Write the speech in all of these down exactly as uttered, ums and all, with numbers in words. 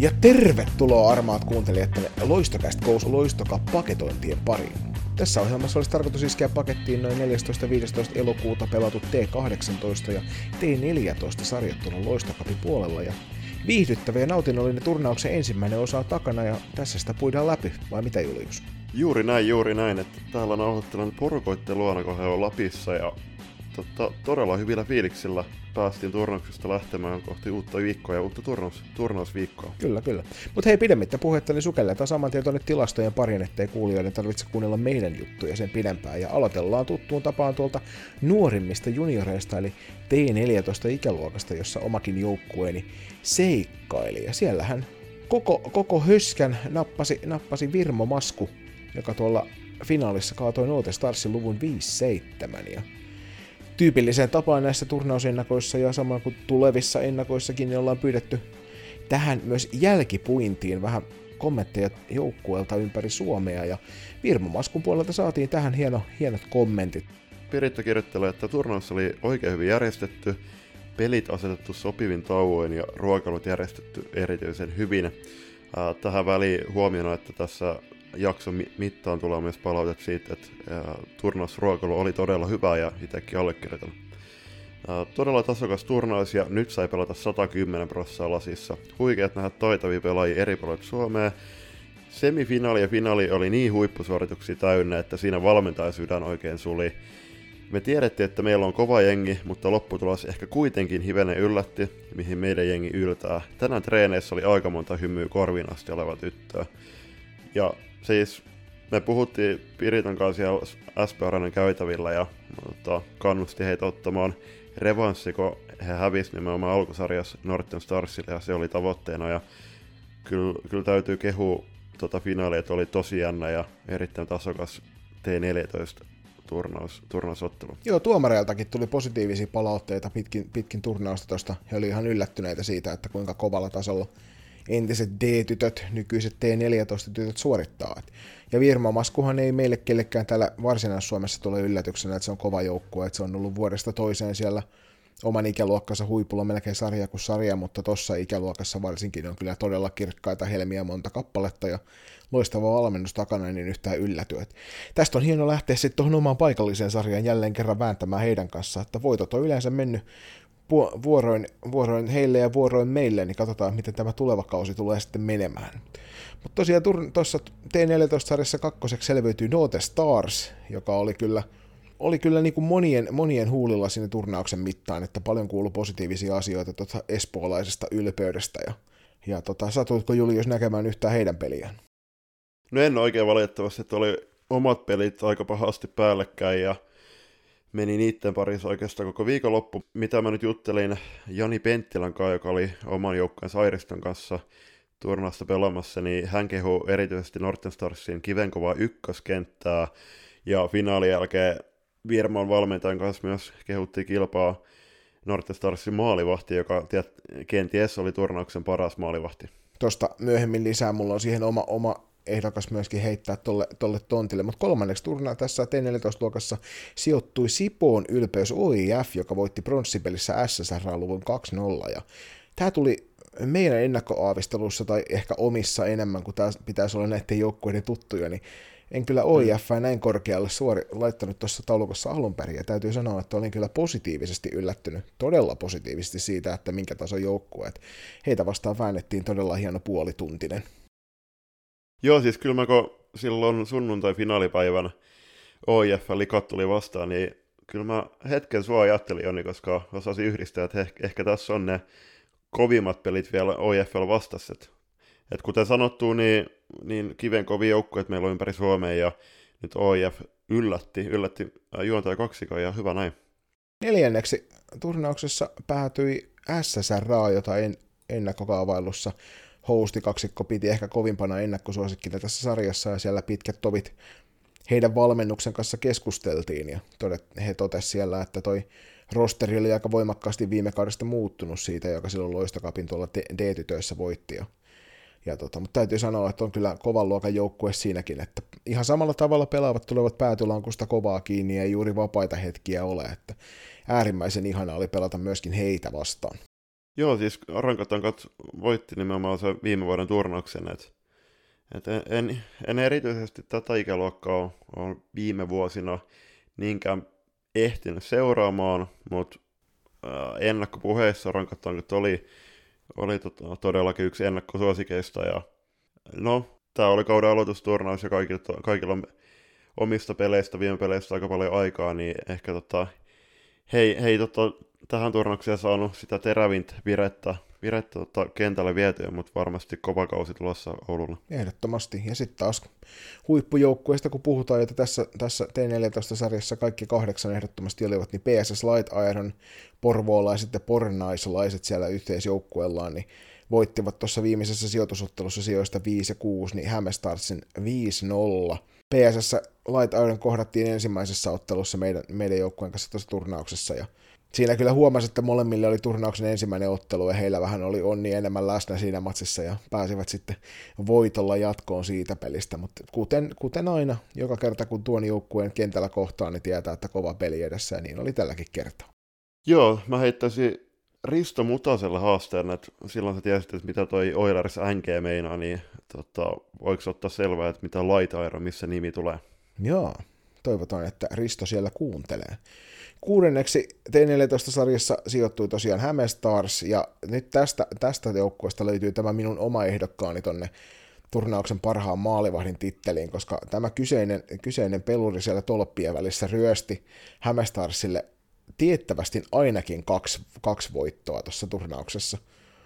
Ja tervetuloa armaat kuuntelijat tänne Loistokäst Goes Loistoka-paketointien pariin. Tässä ohjelmassa olisi tarkoitus iskeä pakettiin noin neljästoista viidestoista elokuuta pelatut T kahdeksantoista ja T neljätoista sarjat tuolla Loistokapin puolella. Ja viihdyttävä ja nautinnollinen turnauksen ensimmäinen osa on takana ja tässä sitä puidaan läpi, vai mitä Julius? Juuri näin, juuri näin, että täällä nauhoittelen porukoitten luona, kun he on Lapissa ja totta, todella hyvillä fiiliksillä päästiin turnauksesta lähtemään kohti uutta viikkoa ja uutta turnaus, turnausviikkoa. Kyllä, kyllä. Mutta hei, pidemmittä puhetta, niin sukelletaan saman tien tuonne tilastojen pariin, ettei kuulijoiden tarvitse kuunnella meidän juttuja sen pidempään. Ja aloitellaan tuttuun tapaan tuolta nuorimmista junioreista, eli T neljätoista ikäluokasta, jossa omakin joukkueeni seikkaili. Ja siellähän koko, koko höskän nappasi, nappasi Virmo Masku, joka tuolla finaalissa kaatoi Note Starsin luvun viisi seitsemän. Ja tyypilliseen tapaan näissä turnausennakoissa ja samoin kuin tulevissa ennakoissakin, niin ollaan pyydetty tähän myös jälkipuintiin vähän kommentteja joukkueelta ympäri Suomea, ja Virmo Maskun puolelta saatiin tähän hieno, hienot kommentit. Piritta kirjoittelee, että turnaus oli oikein hyvin järjestetty, pelit asetettu sopivin tauoin ja ruokailut järjestetty erityisen hyvin. Tähän väliin huomiona, että tässä jakson mittaan tulee myös palautet siitä, että turnausruokailu oli todella hyvä ja itsekin allekirjoitan. Todella tasokas turnaus ja nyt sai pelata sata kymmenen prosenttia lasissa. Huikeat nähdä taitavia pelaajia eri puolilta Suomea. Semifinaali ja finaali oli niin huippusuorituksia täynnä, että siinä valmentaja sydän oikein suli. Me tiedettiin, että meillä on kova jengi, mutta lopputulos ehkä kuitenkin hivenen yllätti, mihin meidän jengi yltää. Tänään treeneissä oli aika monta hymyä korviin asti oleva tyttöä. Ja siis me puhuttiin Piritan kanssa siellä S P Arenan käytävillä ja mutta, kannusti heitä ottamaan revanssi, kun he hävisivät nimenomaan alkusarjassa Northern Starsille ja se oli tavoitteena. Ja kyllä, kyllä täytyy kehua tota finaalia, että oli tosi jännä ja erittäin tasokas T neljätoista turnaus, turnausottelu. Joo, tuomareiltakin tuli positiivisia palautteita pitkin, pitkin turnausta tuosta. He oli ihan yllättyneitä siitä, että kuinka kovalla tasolla entiset D-tytöt, nykyiset T neljätoista-tytöt suorittaa. Ja Virmo Maskuhan ei meille kellekään täällä Varsinais-Suomessa tule yllätyksenä, että se on kova joukkue, että se on ollut vuodesta toiseen siellä oman ikäluokkansa huipulla melkein sarja kuin sarja, mutta tuossa ikäluokassa varsinkin on kyllä todella kirkkaita helmiä monta kappaletta ja loistava valmennus takana, niin yhtään ylläty. Et tästä on hieno lähteä sitten tuohon omaan paikalliseen sarjaan jälleen kerran vääntämään heidän kanssaan, että voitot on yleensä mennyt vuoroin, vuoroin heille ja vuoroin meille, niin katsotaan, miten tämä tuleva kausi tulee sitten menemään. Mutta tosiaan tuossa T neljätoista-sarjassa kakkoseksi selviytyi Note Stars, joka oli kyllä, oli kyllä niin kuin monien, monien huulilla sinne turnauksen mittaan, että paljon kuului positiivisia asioita tuota espoolaisesta ylpeydestä. Ja, ja tota, satuitko Julius näkemään yhtään heidän peliään? No en oikein valitettavasti, että oli omat pelit aika pahasti päällekkäin ja meni niiden parissa oikeastaan koko viikonloppu. Mitä mä nyt juttelin Jani Penttilän kanssa, joka oli oman joukkueen Sairiston kanssa turnausta pelaamassa, niin hän kehuu erityisesti Northern Starsin kivenkovaa ykköskenttää. Ja finaalin jälkeen Virmon valmentajan kanssa myös kehuttiin kilpaa Northern Starsin maalivahti, joka tiedät, kenties oli turnauksen paras maalivahti. Tuosta myöhemmin lisää, mulla on siihen oma, oma ehdokas myöskin heittää tolle, tolle tontille, mutta kolmanneksi turnaa tässä T neljätoista-luokassa sijoittui Sipoon ylpeys O I F, joka voitti pronssipelissä S S R-luvun kaksi nolla, ja tämä tuli meidän ennakkoaavistelussa tai ehkä omissa enemmän, kuin tämä pitäisi olla näiden joukkueiden tuttuja, niin en kyllä O I F näin korkealle suori laittanut tuossa taulukossa alun perin, ja täytyy sanoa, että olin kyllä positiivisesti yllättynyt, todella positiivisesti siitä, että minkä tason joukkueet. Heitä vastaan väännettiin todella hieno puolituntinen. Joo, siis kyllä mä kun silloin sunnuntai-finaalipäivän O I F-likat tuli vastaan, niin kyllä mä hetken sua ajattelin Joni, koska osasin yhdistää, että ehkä, ehkä tässä on ne kovimmat pelit vielä O I F:llä vastassa. Et, et kuten sanottu, niin, niin kiven kovia joukkueet meillä on ympäri Suomea, ja nyt O I F yllätti, yllätti juontaja kaksikon, ja hyvä näin. Neljänneksi turnauksessa päätyi S S R, jota en, ennakkokaavailussa hosti-kaksikko piti ehkä kovimpana ennakkosuosikkina tässä sarjassa, ja siellä pitkät tovit heidän valmennuksen kanssa keskusteltiin, ja todet, he totesivat siellä, että toi rosteri oli aika voimakkaasti viime kaudesta muuttunut siitä, joka silloin Loistokapin tuolla D-tytöissä voitti. Ja, ja tota, mutta täytyy sanoa, että on kyllä kovan luokan joukkue siinäkin, että ihan samalla tavalla pelaavat tulevat päätylankusta kovaa kiinni, ja ei juuri vapaita hetkiä ole, että äärimmäisen ihanaa oli pelata myöskin heitä vastaan. Joo, siis Rankatankat voitti nimenomaan sen viime vuoden turnauksen, että et en, en, en erityisesti tätä ikäluokkaa ole viime vuosina niinkään ehtinyt seuraamaan, mutta ennakkopuheessa Rankatankat oli, oli tota, todellakin yksi ennakkosuosikeista, ja no, tämä oli kauden aloitusturnaus, ja kaikilla, kaikilla on omista peleistä, viime peleistä aika paljon aikaa, niin ehkä tota, hei, hei tota, tähän turnaukseen saanut sitä terävintä virettä, virettä tota, kentälle vietyä, mutta varmasti kova kausi tulossa Oululla. Ehdottomasti. Ja sitten taas huippujoukkueista, kun puhutaan, että tässä, tässä T neljätoista-sarjassa kaikki kahdeksan ehdottomasti olivat, niin P S S Light Iron, porvoolaiset ja pornaislaiset siellä yhteisjoukkueellaan, niin voittivat tuossa viimeisessä sijoitusottelussa sijoista viisi ja kuusi, niin Hämestarsin viisi nolla. P S S Light Iron kohdattiin ensimmäisessä ottelussa meidän, meidän joukkueen kanssa tuossa turnauksessa, ja siinä kyllä huomasi, että molemmille oli turnauksen ensimmäinen ottelu, ja heillä vähän oli onni enemmän läsnä siinä matsissa, ja pääsivät sitten voitolla jatkoon siitä pelistä, mutta kuten, kuten aina, joka kerta kun tuon joukkueen kentällä kohtaa, niin tietää, että kova peli edessä, ja niin oli tälläkin kertaa. Joo, mä heittäisin Risto Mutaselle haasteen, että silloin sä tiesit, että mitä toi Oilers N G meinaa, niin tota, voiko ottaa selvää, että mitä Light Iron, missä nimi tulee? Joo, toivotaan, että Risto siellä kuuntelee. Kuudenneksi T neljätoista-sarjassa sijoittui tosiaan Hämestars, ja nyt tästä, tästä joukkueesta löytyy tämä minun oma ehdokkaani tonne turnauksen parhaan maalivahdin titteliin, koska tämä kyseinen, kyseinen peluri siellä tolppien välissä ryösti Hämestarsille tiettävästi ainakin kaksi, kaksi voittoa tuossa turnauksessa.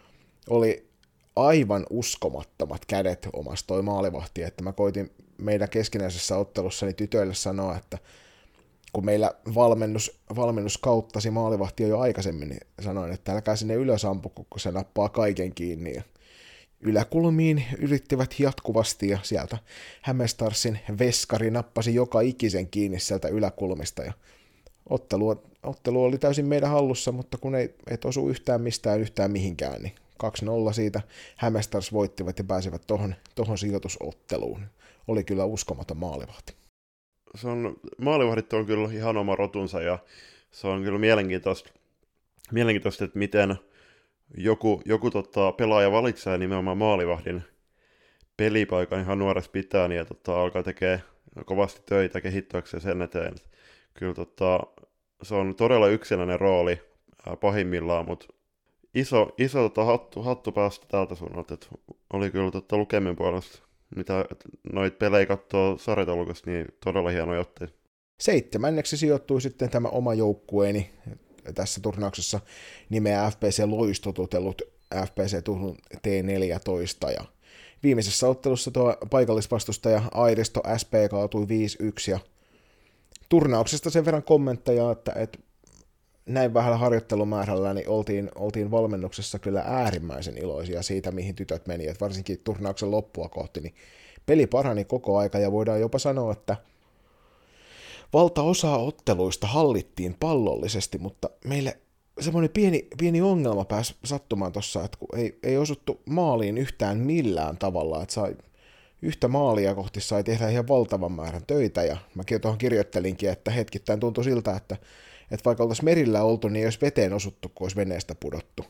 Oli aivan uskomattomat kädet omasta toi maalivahti, että mä koitin meidän keskinäisessä ottelussani tytöille sanoa, että kun meillä valmennus, valmennus kauttasi maalivahtia jo aikaisemmin, niin sanoin, että älkää sinne ylös ampu, kun se nappaa kaiken kiinni. Ja yläkulmiin yrittivät jatkuvasti, ja sieltä Hämestarsin veskari nappasi joka ikisen kiinni sieltä yläkulmista, ja ottelu, ottelu oli täysin meidän hallussa, mutta kun ei et osu yhtään mistään yhtään mihinkään, niin kaksi nolla siitä Hämestars voittivat ja pääsivät tohon, tohon sijoitusotteluun. Oli kyllä uskomaton maalivahti. Se on, maalivahdit on kyllä ihan oma rotunsa, ja se on kyllä mielenkiintoista, mielenkiintoista että miten joku, joku tota, pelaaja valitsee nimenomaan maalivahdin pelipaikan ihan nuoresta pitäen, ja tota, alkaa tekemään kovasti töitä kehittyäkseen sen eteen. Kyllä tota, se on todella yksinäinen rooli ää, pahimmillaan, mutta iso, iso tota, hattu, hattu päästä tältä suunnalta, että oli kyllä tota, lukemin puolesta, mitä noita pelejä katsoo sarjataulukosta, niin todella hienoja otteita. Seitsemänneksi sijoittui sitten tämä oma joukkueeni tässä turnauksessa nimeä F P C Loisto totellut F P C Turun T neljätoista, ja viimeisessä ottelussa tuo paikallisvastustaja Airisto S P kaatui viisi yksi, ja turnauksesta sen verran kommentteja, että, että näin vähällä harjoittelumäärällä niin oltiin, oltiin valmennuksessa kyllä äärimmäisen iloisia siitä, mihin tytöt meni, että varsinkin turnauksen loppua kohti, niin peli parani koko aika, ja voidaan jopa sanoa, että valtaosaa otteluista hallittiin pallollisesti, mutta meille semmoinen pieni, pieni ongelma pääsi sattumaan tuossa, että kun ei, ei osuttu maaliin yhtään millään tavalla, että sai yhtä maalia kohti sai tehdä ihan valtavan määrän töitä, ja mäkin tuohon kirjoittelinkin, että hetkittäin tuntui siltä, että, että vaikka oltaisiin merillä oltu, niin ei olisi veteen osuttu, kun olisi veneestä pudottu.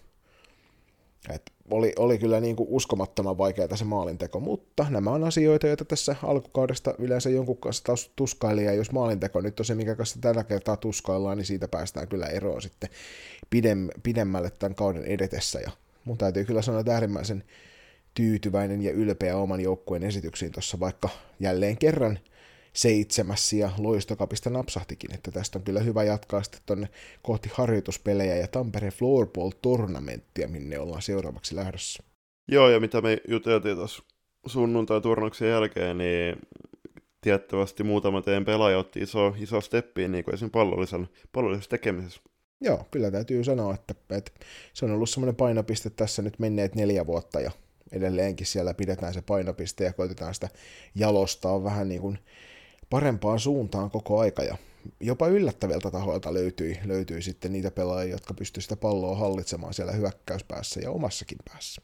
Et oli, oli kyllä niin kuin uskomattoman vaikeaa se maalinteko, mutta nämä on asioita, joita tässä alkukaudesta yleensä jonkun kanssa taas tuskaili, ja jos maalinteko nyt on se, minkä kanssa tällä kertaa tuskaillaan, niin siitä päästään kyllä eroon sitten pidem, pidemmälle tämän kauden edetessä, ja mun täytyy kyllä sanoa, että äärimmäisen tyytyväinen ja ylpeä oman joukkueen esityksiin tuossa, vaikka jälleen kerran seitsemäs ja Loistokapista napsahtikin, että tästä on kyllä hyvä jatkaa sitten tuonne kohti harjoituspelejä ja Tampereen Floorball-tornamenttia, minne ollaan seuraavaksi lähdössä. Joo, ja mitä me juteltiin tuossa sunnuntai-turnauksen jälkeen, niin tiettävästi muutama teidän pelaaja otti iso, iso steppiin niin kuin esimerkiksi pallollisen, pallollisessa tekemisessä. Joo, kyllä täytyy sanoa, että, että se on ollut semmoinen painopiste tässä nyt menneet neljä vuotta, ja edelleenkin siellä pidetään se painopiste ja koitetaan sitä jalostaa vähän niin kuin parempaan suuntaan koko aika, ja jopa yllättäviltä tahoilta löytyi, löytyi sitten niitä pelaajia, jotka pystyivät sitä palloa hallitsemaan siellä hyökkäyspäässä ja omassakin päässä.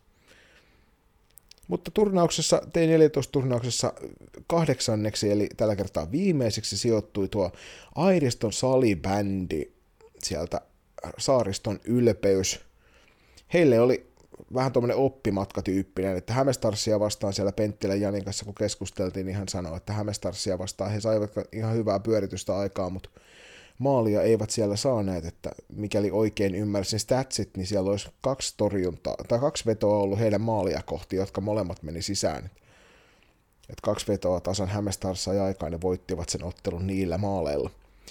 Mutta turnauksessa, T neljätoista-turnauksessa kahdeksanneksi, eli tällä kertaa viimeiseksi sijoittui tuo Airiston salibändi, sieltä Saariston ylpeys, heille oli vähän tuommoinen oppimatkatyyppinen, että Hämestarsia vastaan siellä Penttilän Janin kanssa, kun keskusteltiin, niin hän sanoi, että Hämestarsia vastaan he saivat ihan hyvää pyöritystä aikaa, mutta maalia eivät siellä saaneet, että mikäli oikein ymmärsin statsit, niin siellä olisi kaksi torjuntaa, tai kaksi vetoa ollut heidän maalia kohti, jotka molemmat meni sisään. Että kaksi vetoa tasan Hämestars sai aikaan ja voittivat sen ottelun niillä maaleilla.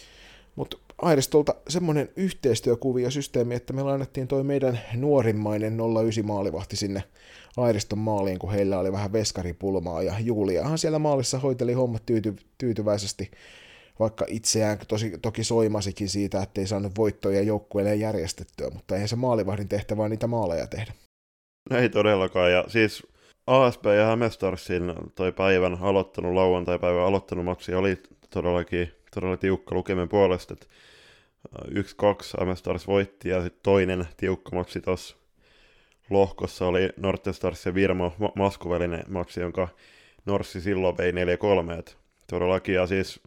Mutta Airistolta semmoinen yhteistyökuviosysteemi, että me lainattiin toi meidän nuorimmainen nolla yhdeksän maalivahti sinne Airiston maaliin, kun heillä oli vähän veskaripulmaa, ja Juliahan siellä maalissa hoiteli hommat tyyty, tyytyväisesti, vaikka itseään tosi, toki soimasikin siitä, ettei saanut voittoja joukkueelle järjestettyä, mutta eihän se maalivahdin tehtävä vaan niitä maaleja tehdä. Ei todellakaan, ja siis A S P ja Hämestarsin toi päivän aloittanut, lauantai-päivän aloittanut matsi oli todellakin todella tiukka lukemen puolesta, että yksi kaksi Hämestars voitti, ja sitten toinen tiukka matsi tuossa lohkossa oli Northern Stars ja Virmo Masku välinen matsi, jonka Norssi silloin vei neljä kolme, että todellakin, ja siis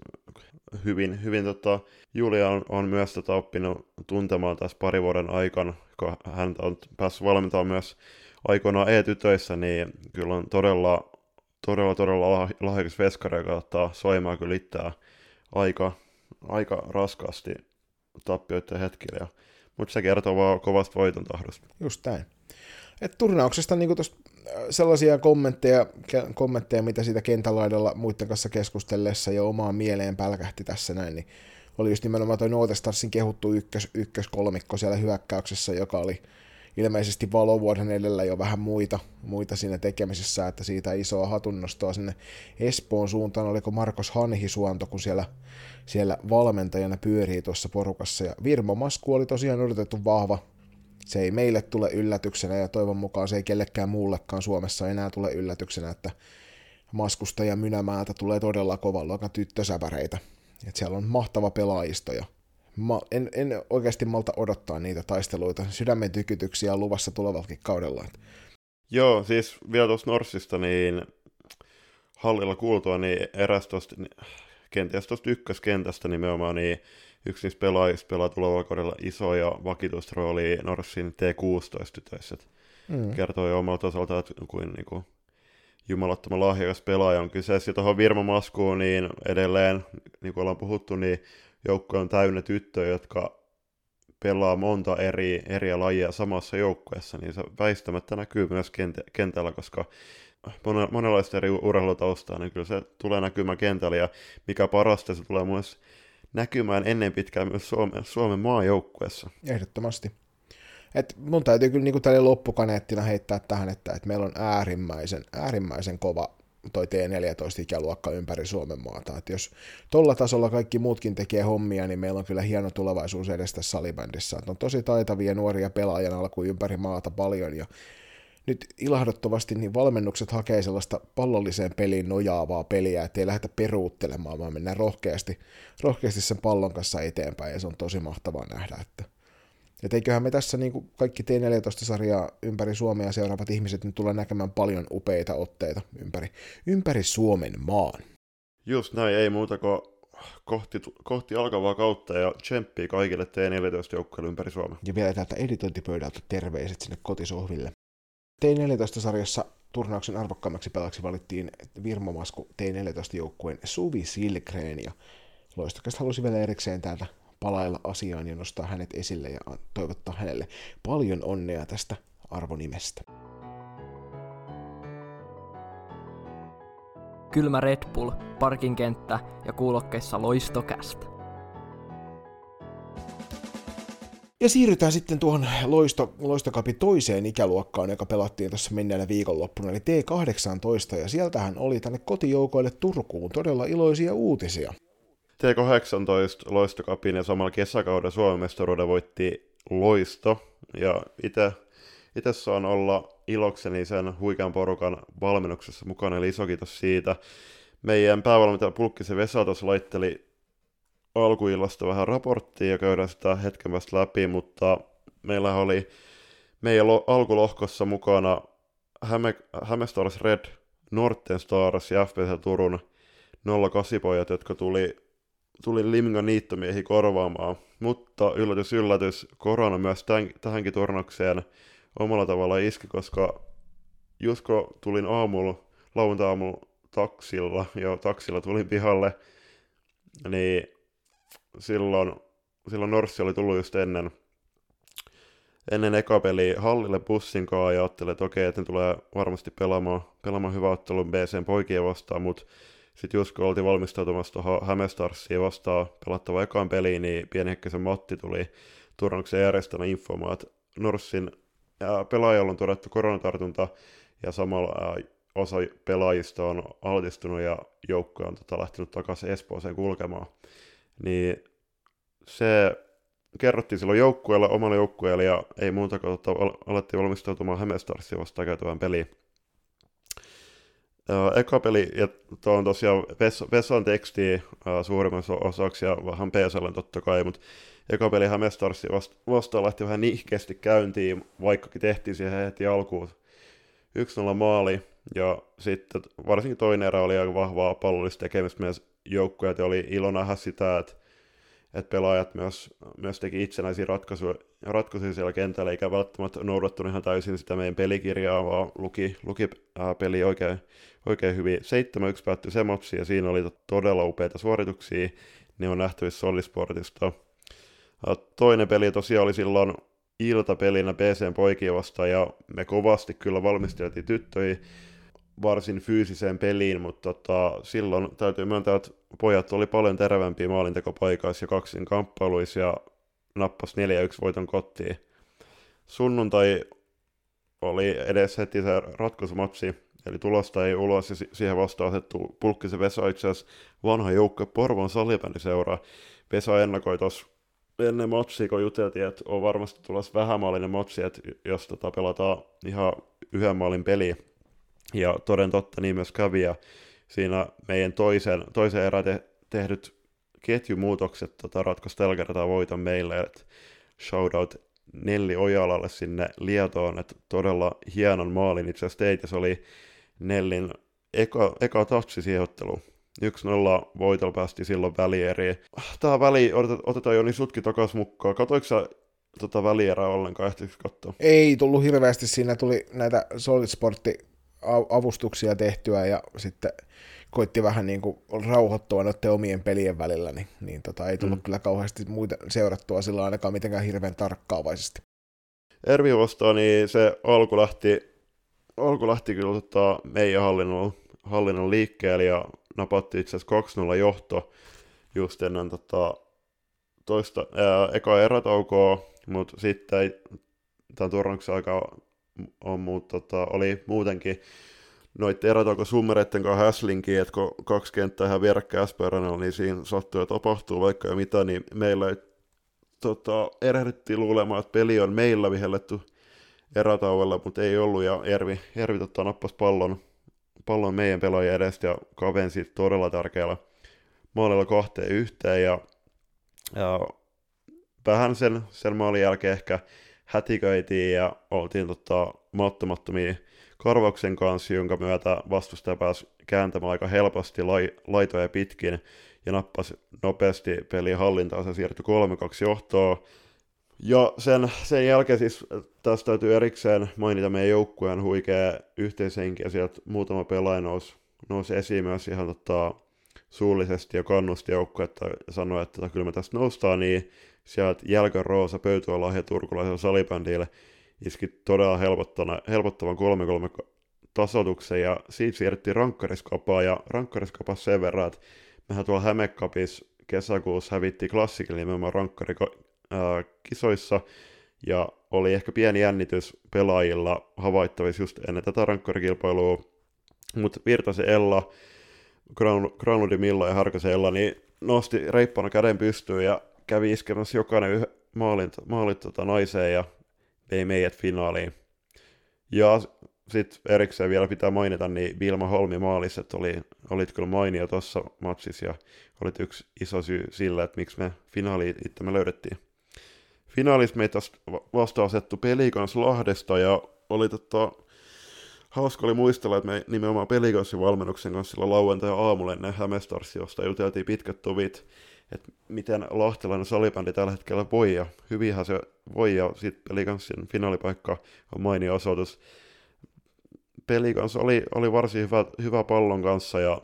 hyvin, hyvin tota, Julia on, on myös tota, oppinut tuntemaan tässä pari vuoden aikana, kun hän on päässyt valmentamaan myös aikoinaan E-tytöissä, niin kyllä on todella, todella, todella lahjakas veskari, joka ottaa soimaa kyllä itseään aika, aika raskaasti tappioiden hetkellä. Mutta se kertoo vaan kovasta voiton tahdosta. Just näin. Et turnauksesta niin sellaisia kommentteja, kommentteja, mitä siitä kentälaidalla muiden kanssa keskustellessa jo omaan mieleen pälkähti tässä näin, niin oli just nimenomaan toi Northern Starsin kehuttu ykkös, ykköskolmikko siellä hyökkäyksessä, joka oli ilmeisesti valovuoden edellä jo vähän muita, muita siinä tekemisessä, että siitä isoa hatunnostoa sinne Espoon suuntaan, oliko Markos Hanhisuonto, kun siellä, siellä valmentajana pyörii tuossa porukassa, ja Virmo Masku oli tosiaan odotettu vahva. Se ei meille tule yllätyksenä, ja toivon mukaan se ei kellekään muullekaan Suomessa enää tule yllätyksenä, että Maskusta ja Mynämäältä tulee todella kovan luokan tyttösäpäreitä. Et siellä on mahtava pelaajisto, ja ma- en, en oikeasti malta odottaa niitä taisteluita. Sydämen tykytyksiä on luvassa tulevallakin kaudella. Joo, siis vielä tuossa Norssista, niin hallilla kuultua, niin eräs tuosta, niin, kenties tuosta ykköskentästä nimenomaan, niin yksi niistä pelaajista pelaa tulevalla kaudella iso ja vakituista roolia Norssin T kuusitoista-tytöissä. Mm. Kertoo jo omalta osalta, että kuin, niin kuin jumalattoman lahjakas pelaaja on kyseessä. Ja tuohon Virmo Maskuun, niin edelleen, niin kuin ollaan puhuttu, niin joukkue on täynnä tyttöjä, jotka pelaa monta eri, eri lajia samassa joukkueessa, niin se väistämättä näkyy myös kentällä, koska monenlaista eri urheilutaustaa, niin kyllä se tulee näkymään kentällä, ja mikä parasta, se tulee myös näkymään ennen pitkään myös Suomen, Suomen maajoukkueessa. Ehdottomasti. Et mun täytyy kyllä niin tälle loppukaneettina heittää tähän, että, että meillä on äärimmäisen, äärimmäisen kova toi T neljätoista-ikäluokka ympäri Suomen maata. Et jos tolla tasolla kaikki muutkin tekee hommia, niin meillä on kyllä hieno tulevaisuus edes tässä salibändissä. Et on tosi taitavia nuoria pelaajan alkuun ympäri maata paljon, ja nyt ilahdottavasti niin valmennukset hakee sellaista pallolliseen peliin nojaavaa peliä, ettei lähdetä peruuttelemaan, vaan mennään rohkeasti, rohkeasti sen pallon kanssa eteenpäin, ja se on tosi mahtavaa nähdä. Että et eiköhän me tässä niin kuin kaikki T neljätoista-sarjaa ympäri Suomea seuraavat ihmiset nyt tulee näkemään paljon upeita otteita ympäri, ympäri Suomen maan. Just näin, ei muuta kuin kohti, kohti alkavaa kautta, ja tsemppii kaikille T neljätoista-joukkueille ympäri Suomea. Ja vielä täältä editointipöydältä terveiset sinne kotisohville. T neljätoista-sarjassa turnauksen arvokkaimmaksi pelaajaksi valittiin Virmo Masku T neljätoista-joukkueen Suvi Silgren, ja Loistokasta halusi vielä erikseen täältä palailla asiaan ja nostaa hänet esille ja toivottaa hänelle paljon onnea tästä arvonimestä. Kylmä Red Bull, parkinkenttä ja kuulokkeissa Loistokästä. Ja siirrytään sitten tuohon Loisto, Loistokapin toiseen ikäluokkaan, joka pelattiin tuossa menneenä viikonloppuna, eli T kahdeksantoista, ja sieltähän oli tänne kotijoukoille Turkuun todella iloisia uutisia. T kahdeksantoista Loistokapin ja samalla kesäkauden Suomen mestaruuden voitti Loisto, ja itse itse saan olla ilokseni sen huikean porukan valmennuksessa mukana, eli iso kiitos siitä. Meidän päävalmentaja Pulkkisen Vesa tuossa laitteli alkuillasta vähän raporttia ja käydään sitä hetken päästä läpi, mutta meillä oli meidän lo- alkulohkossa mukana Häme, Häme Stars Red, Northern Stars ja F P C Turun nolla kahdeksan-pojat, jotka tuli, tuli Limingan niittomiehiä korvaamaan, mutta yllätys yllätys, korona myös tämän, tähänkin turnaukseen omalla tavalla iski, koska just kun tulin aamulla, lauantai-aamulla taksilla, ja taksilla tulin pihalle, niin silloin, silloin Norssi oli tullut just ennen, ennen eka peliä hallille bussin kanssa, ja ajattelin, että okei, että ne tulee varmasti pelaamaan, pelaamaan hyvä ottelun B C:n poikien vastaan, mutta sitten just kun oltiin valmistautumassa tuohon Hämestarssiin vastaan pelattavaan ekaan peliin, niin pienihäkkäisen Matti tuli turnauksen järjestämä infomaan, että Norssin pelaajalla on todettu koronatartunta, ja samalla ää, osa pelaajista on altistunut ja joukko on tota, lähtenyt takaisin Espooseen kulkemaan. Niin se kerrottiin silloin joukkueelle, omalle joukkueelle, ja ei muuta kuin tota, alettiin valmistautumaan Hämestarssiin vastaan käytävään peliin. Ää, eka peli, ja tuo on tosiaan Ves- Vesan tekstiä ää, suurimmassa osaksi, ja vähän P S L totta kai, mutta eka peli Hämestarssiin vasta- vastaan lähti vähän nihkeästi käyntiin, vaikkakin tehtiin siihen heti alkuun yksi nolla maali, ja sitten varsinkin toinen erä oli aika vahvaa pallollista tekemistä meidän joukkueet, ja oli ilo nähdä sitä, että, että pelaajat myös, myös teki itsenäisiä ratkaisuja, ratkaisuja siellä kentällä, eikä välttämättä noudattunut ihan täysin sitä meidän pelikirjaa, vaan luki, luki ää, peli oikein, oikein hyvin. seitsemän yksi päättyi se matsi, ja siinä oli todella upeita suorituksia, ne on nähtävissä Sollisportista. Toinen peli tosiaan oli silloin iltapelinä B C:n poikia vastaan, ja me kovasti kyllä valmisteltiin tyttöjä varsin fyysiseen peliin, mutta tota, silloin täytyy myöntää, että pojat oli paljon terävämpiä maalintekopaikassa ja kaksin kamppailuissa ja nappasi neljä yksi voiton kotiin. Sunnuntai oli edes heti se ratkaisumatsi, eli tulosta ei ulos, ja siihen vastaan asettu Pulkkisen Vesa, itse asiassa vanha joukko Porvoon salibändiseura. Vesa ennakoi tuossa ennen matsia, kun juteltiin, että on varmasti tulossa vähämaalinen matsi, että jos tota pelataan ihan yhden maalin peli. Ja toden totta niin myös kävi, ja siinä meidän toisen, toisen erän te, tehdyt ketjumuutokset tota, ratkaisi tällä kertaa voiton meille, että shoutout Nelli Ojalalle sinne Lietoon, että todella hienon maalin itse asiassa teit, ja se oli Nellin eka, eka touchi siihen otteluun. yksi nolla voitolla päästiin silloin välieriin. Tämä väli, otetaan jo niin sutkin takaisin mukaan. Katoiko sä tota välierää ollenkaan, ehtiikö katsoa? Ei tullut hirveästi, siinä tuli näitä Solid Sport-avustuksia tehtyä, ja sitten koitti vähän niin kuin rauhoittua noiden omien pelien välillä, niin, niin tota, ei tullut mm. kyllä kauheasti muita seurattua sillä ainakaan mitenkään hirveän tarkkaavaisesti. Ervi vastaan, niin se alku lähti, alku lähti kyllä tota, meidän hallinnon, hallinnon liikkeelle, ja napatti itse asiassa kaksi nolla johto just ennen tota, toista, ää, eka erätaukoa, mutta sitten tämän turnauksen aika on, muut, tota, oli muutenkin noiden erätaukosummereiden kanssa häslinkin, että kun kaksi kenttää ihan vierekkäin S P R:llä, niin siinä sattuu ja tapahtuu vaikka ja mitä, niin meillä ei tota, erehdittiin luulemaan, että peli on meillä vihelletty erätauolla, mutta ei ollut, ja Ervi, Ervi tota, nappasi pallon pallon meidän pelaajien edestä ja kavensi todella tärkeällä maalilla kahteen yhteen, ja, ja vähän sen, sen maalin jälkeen ehkä hätiköitiin ja oltiin tota, malttamattomia karvauksen kanssa, jonka myötä vastustaja pääsi kääntämään aika helposti lai, laitoja pitkin ja nappasi nopeasti pelin hallintaan, se siirtyi kolme kaksi johtoon. Ja sen, sen jälkeen siis tästä täytyy erikseen mainita meidän joukkueen huikea yhteishenki, ja sieltä muutama pelaaja nousi, nousi esiin myös ihan tota, suullisesti ja kannusti joukkuetta ja sanoi, että tota, kyllä me tästä noustaan, niin sieltä Jälkön Roosa Pöytyalahja turkulaisella salibändillä iski todella helpottavan kolme kolme tasoituksen, ja siitä siirrettiin rankkariskapaan, ja rankkariskapassa sen verran, että mehän tuolla Hämekapissa kesäkuussa hävittiin klassikille nimenomaan rankkarikisoissa, ja oli ehkä pieni jännitys pelaajilla havaittavissa just ennen tätä rankkarikilpailua, mutta Virtasen Ella, Granlundin Milla ja Harkasen Ella, niin nosti reippana käden pystyyn ja kävi iskemässä jokainen yh- maalin, maalit tota naiseen ja vei meidät finaaliin. Ja sitten erikseen vielä pitää mainita, niin Vilma Holmi maalissa, että oli, olit kyllä mainio tuossa matsissa ja olit yksi iso syy sillä, että miksi me finaaliin itse me löydettiin. Finaalissa meitä vasta asettu Pelikans Lahdesta, ja oli tota, hauska oli muistella, että me nimenomaan Pelikansin valmennuksen kanssa sillä lauantai aamulla ennen Hämestarsia, josta juteltiin pitkät tovit että miten lahtelainen salibändi tällä hetkellä voi, ja hyvinhän se voi, ja sitten Pelikanssin finaalipaikka on mainio osoitus. Pelikans oli, oli varsin hyvä, hyvä pallon kanssa, ja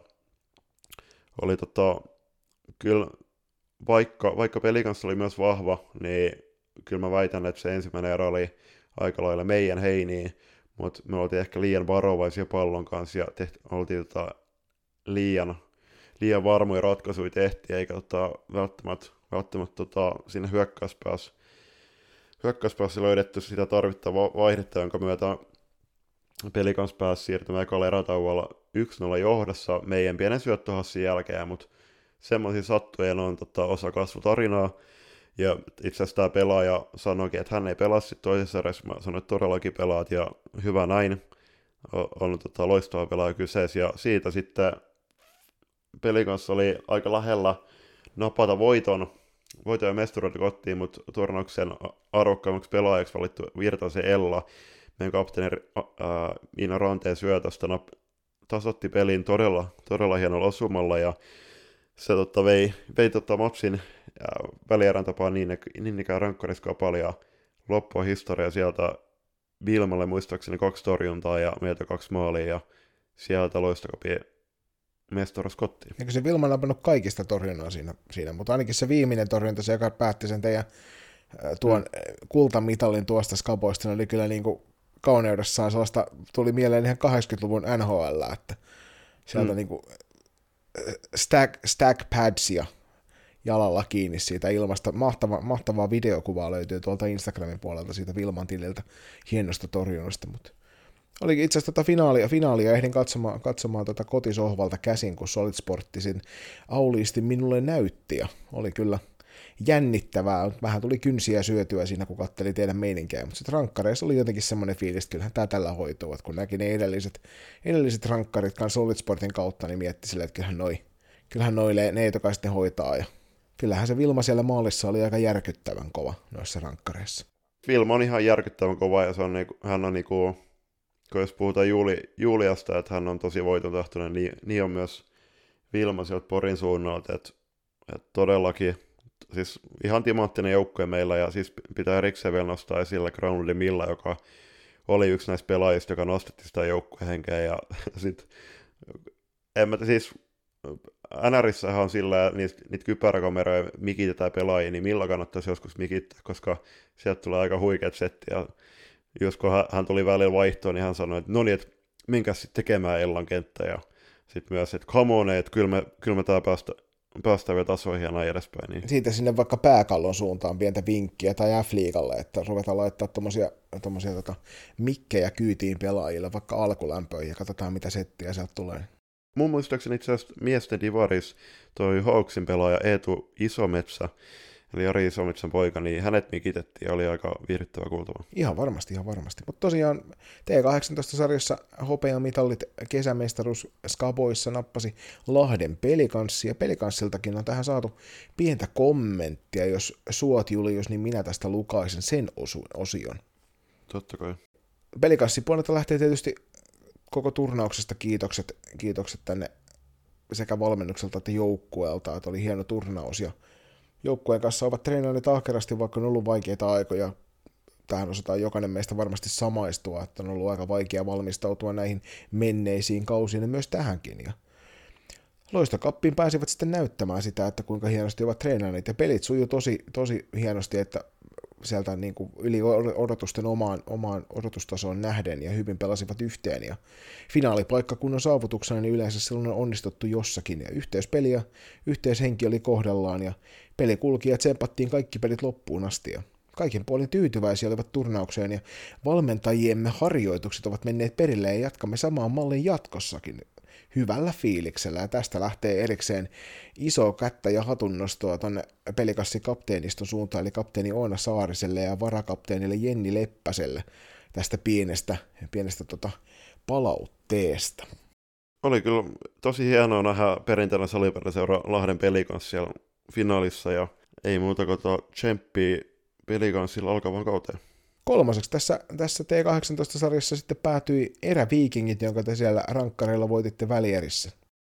oli tota, kyllä, vaikka, vaikka Pelikans oli myös vahva, niin kyllä mä väitän, että se ensimmäinen erä oli aika lailla meidän heiniä, mutta me oltiin ehkä liian varovaisia pallon kanssa, ja tehti, oltiin tota, liian, liian varmoja ratkaisuja tehtiin, eikä tota, välttämättä, välttämättä tota, siinä hyökkäyspäässä, hyökkäyspäässä löydetty sitä tarvittavaa vaihdetta, jonka myötä Pelikans pääsi siirtymään ekalla erätauolla yksi nolla johdossa meidän pienen syöttöhassin jälkeen, mutta semmoisia sattuja on tota, osa kasvutarinaa. Ja itse asiassa tämä pelaaja sanoikin, että hän ei pelaa sitten toisessa erässä. Mä sanoin, että todellakin pelaat ja hyvä näin. On, on tota, loistava pelaaja kyseessä. Ja siitä sitten Pelikans oli aika lähellä napata voiton. Voiton ja mestaruuden kotiin, mutta turnauksen arvokkaimmaksi pelaajaksi valittu Virtasen Ella. Meidän kapteeni ää, Iina Ranteen syötöstä nap- tasoitti pelin todella, todella hienolla osumalla. Ja se totta, vei, vei totta matsin välierän tapaa niin, niin ikään rankkariskaa ja loppua historia sieltä Vilmalle muistaakseni kaksi torjuntaa ja meiltä kaksi maalia ja sieltä Loistokapin mestaruus kotiin. Eikö se Vilma napannut kaikista torjuntaa siinä, siinä, mutta ainakin se viimeinen torjunta, se joka päätti sen teidän tuon mm. kultamitalin tuosta skapoista, oli kyllä niin kuin kauneudessaan sellaista, tuli mieleen ihan kahdeksankymmentäluvun N H L, että sieltä mm. niin kuin stack, stack padsia jalalla kiinni siitä ilmasta. Mahtava, mahtavaa videokuvaa löytyy tuolta Instagramin puolelta siitä Vilman tililtä hienosta torjunnasta, mutta oli itse asiassa tota finaalia, finaalia ehdin katsomaan, katsomaan tota kotisohvalta käsin, kun Solid Sportisin auliisti minulle näytti, ja oli kyllä jännittävää, vähän tuli kynsiä syötyä siinä, kun katteli teidän meininkejä, mutta sitten rankkareissa oli jotenkin semmoinen fiilis, että kyllähän tämä tällä hoituu, että kun näki ne edelliset, edelliset rankkarit kanssa Solid Sportin kautta, niin mietti silleen, että kyllähän noi, kyllähän noi ne, joka sitten hoitaa, ja kyllähän se Vilma siellä maalissa oli aika järkyttävän kova noissa rankkareissa. Vilma on ihan järkyttävän kova, ja se on niinku, hän on niinku, kun jos puhutaan Juuli, Juliasta, että hän on tosi voitontahtoinen, niin, niin on myös Vilma sieltä Porin suunnalta, että, että todellakin siis ihan timanttinen joukkue meillä, ja siis pitää erikseen vielä nostaa esille Granlund Milla, joka oli yksi näistä pelaajista, joka nostatti sitä joukkuehenkeä, ja sitten, en mä siis, N R:ssähän on sillä, niitä, niitä kypäräkameroja mikitetään pelaajia, niin Milla kannattaisi joskus mikittää, koska sieltä tulee aika huikeat setti, ja jos kun hän tuli välillä vaihtoon, niin hän sanoi, että no niin, että minkäs sitten tekemään Ellan kenttä, ja sitten myös, että come on, että kyllä me, kyllä me tää päästä, päästään vielä tasoihin ja näin edespäin. Niin. Siitä sinne vaikka pääkallon suuntaan pientä vinkkiä tai F-liigalle, että ruvetaan laittaa tommosia, tommosia tota, mikkejä kyytiin pelaajille vaikka alkulämpöihin ja katsotaan mitä settiä sieltä tulee. Mun muistaakseni itse asiassa miesten divaris toi Hawksin pelaaja Eetu Isometsä, eli Jari Isometsän poika, niin hänet mikitettiin ja oli aika viihdyttävä kuultava. Ihan varmasti, ihan varmasti. Mutta tosiaan T kahdeksantoista-sarjassa hopeamitallit kesämestaruus Skaboissa nappasi Lahden Pelikanssi, ja Pelikanssiltakin on tähän saatu pientä kommenttia. Jos suot Julius, niin minä tästä lukaisen sen osu- osion. Totta kai. Pelikanssin puolelta lähtee tietysti koko turnauksesta kiitokset, kiitokset tänne sekä valmennukselta että joukkueelta, että oli hieno turnaus, ja joukkueen kanssa ovat treenanneet ahkerasti, vaikka on ollut vaikeita aikoja. Tähän osataan jokainen meistä varmasti samaistua, että on ollut aika vaikea valmistautua näihin menneisiin kausiin ja myös tähänkin. Ja Loistokappiin pääsivät sitten näyttämään sitä, että kuinka hienosti ovat treenanneet, ja pelit sujuu tosi, tosi hienosti, että sieltä niin kuin yli odotusten omaan, omaan odotustasoon nähden ja hyvin pelasivat yhteen, ja finaalipaikka kun on saavutuksena, niin yleensä silloin on onnistuttu jossakin, ja yhteispeli ja yhteishenki oli kohdallaan, ja peli kulki ja tsempattiin kaikki pelit loppuun asti, ja kaiken puolin tyytyväisiä olivat turnaukseen, ja valmentajiemme harjoitukset ovat menneet perille, ja jatkamme samaan mallin jatkossakin hyvällä fiiliksellä, ja tästä lähtee erikseen iso kättä ja hatunnostoa tuonne Pelikassin kapteeniston suuntaan, eli kapteeni Oona Saariselle ja varakapteenille Jenni Leppäselle tästä pienestä, pienestä tota palautteesta. Oli kyllä tosi hienoa nähdä perinteinen salibändiseura Lahden Pelikanssi siellä finaalissa, ja ei muuta kuin tsemppii Pelikanssilla alkavaan kauteen. Kolmaseksi tässä, tässä T kahdeksantoista-sarjassa sitten päätyi eräviikingit, jonka te siellä rankkareilla voititte välierissä.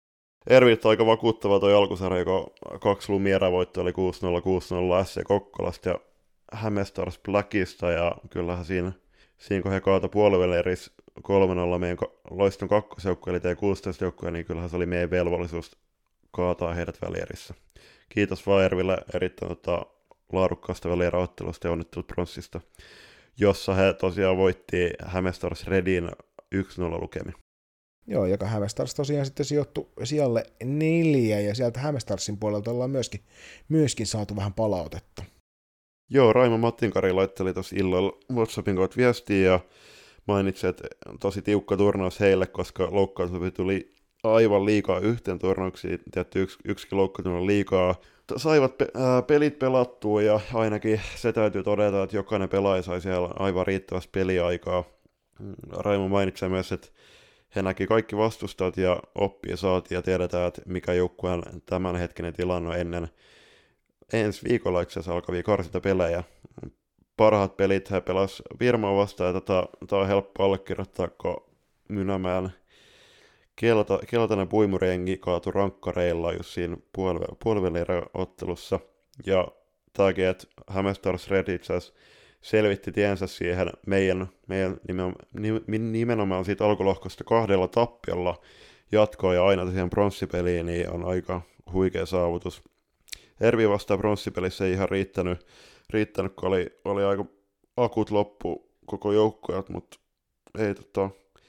Erviltä aika vakuuttava toi alkusarja, kun kaksi Lumiera-voittoa oli kuusi nolla kuusi nolla S C Kokkolasta ja Hämeenstars Blackista, ja kyllähän siinä, siinä kun he kaatoi puolivälierissä kolme nolla meidän Loiston kakkosjoukkoja, eli T kuusitoista joukkoja, niin kyllähän se oli meidän velvollisuus kaataa heidät välierissä. Kiitos vaan Erville erittäin tota, laadukkaasta välieräottelusta ja onnittelut pronssista, jossa he tosiaan voitti Hämeenstars Redin yksi nolla lukemin. Joo, joka Hämeenstars tosiaan sitten sijoittui sijalle neljä, ja sieltä Hämeenstarsin puolelta ollaan myöskin, myöskin saatu vähän palautetta. Joo, Raimo Mattinkari laitteli tuossa illalla WhatsAppin kautta viestiä ja mainitsi, että tosi tiukka turnaus heille, koska loukkaantumisia tuli aivan liikaa yhteen turnauksiin. Tietty yksi, yksikin loukkaantuminen on liikaa. Saivat pe- ää, pelit pelattua ja ainakin se täytyy todeta, että jokainen pelaaja sai siellä aivan riittävästi peliaikaa. Raimo mainitsi myös, että he näki kaikki vastustajat ja oppia saatiin ja tiedetään, että mikä joukkueen tämänhetkinen tilanne on ennen ensi viikolla itse asiassa alkavia karsintapelejä. Parhaat pelit he pelas Virmaa vastaan, ja tätä, tätä on helppo allekirjoittaa, kun Mynämäen kelta, keltainen puimuriengi kaatui rankkareilla just siinä puoliv- puolivälierä-ottelussa. Ja tämäkin, että Hämeenstars Red itse asiassa selvitti tiensä siihen meidän, meidän nimenomaan, nimenomaan siitä alkulohkosta kahdella tappiolla jatkoa ja aina siihen pronssipeliin, niin on aika huikea saavutus. Ervi vastaan pronssipelissä ei ihan riittänyt, riittänyt kun oli, oli aika akut loppu koko joukkueet, mutta ei, tota,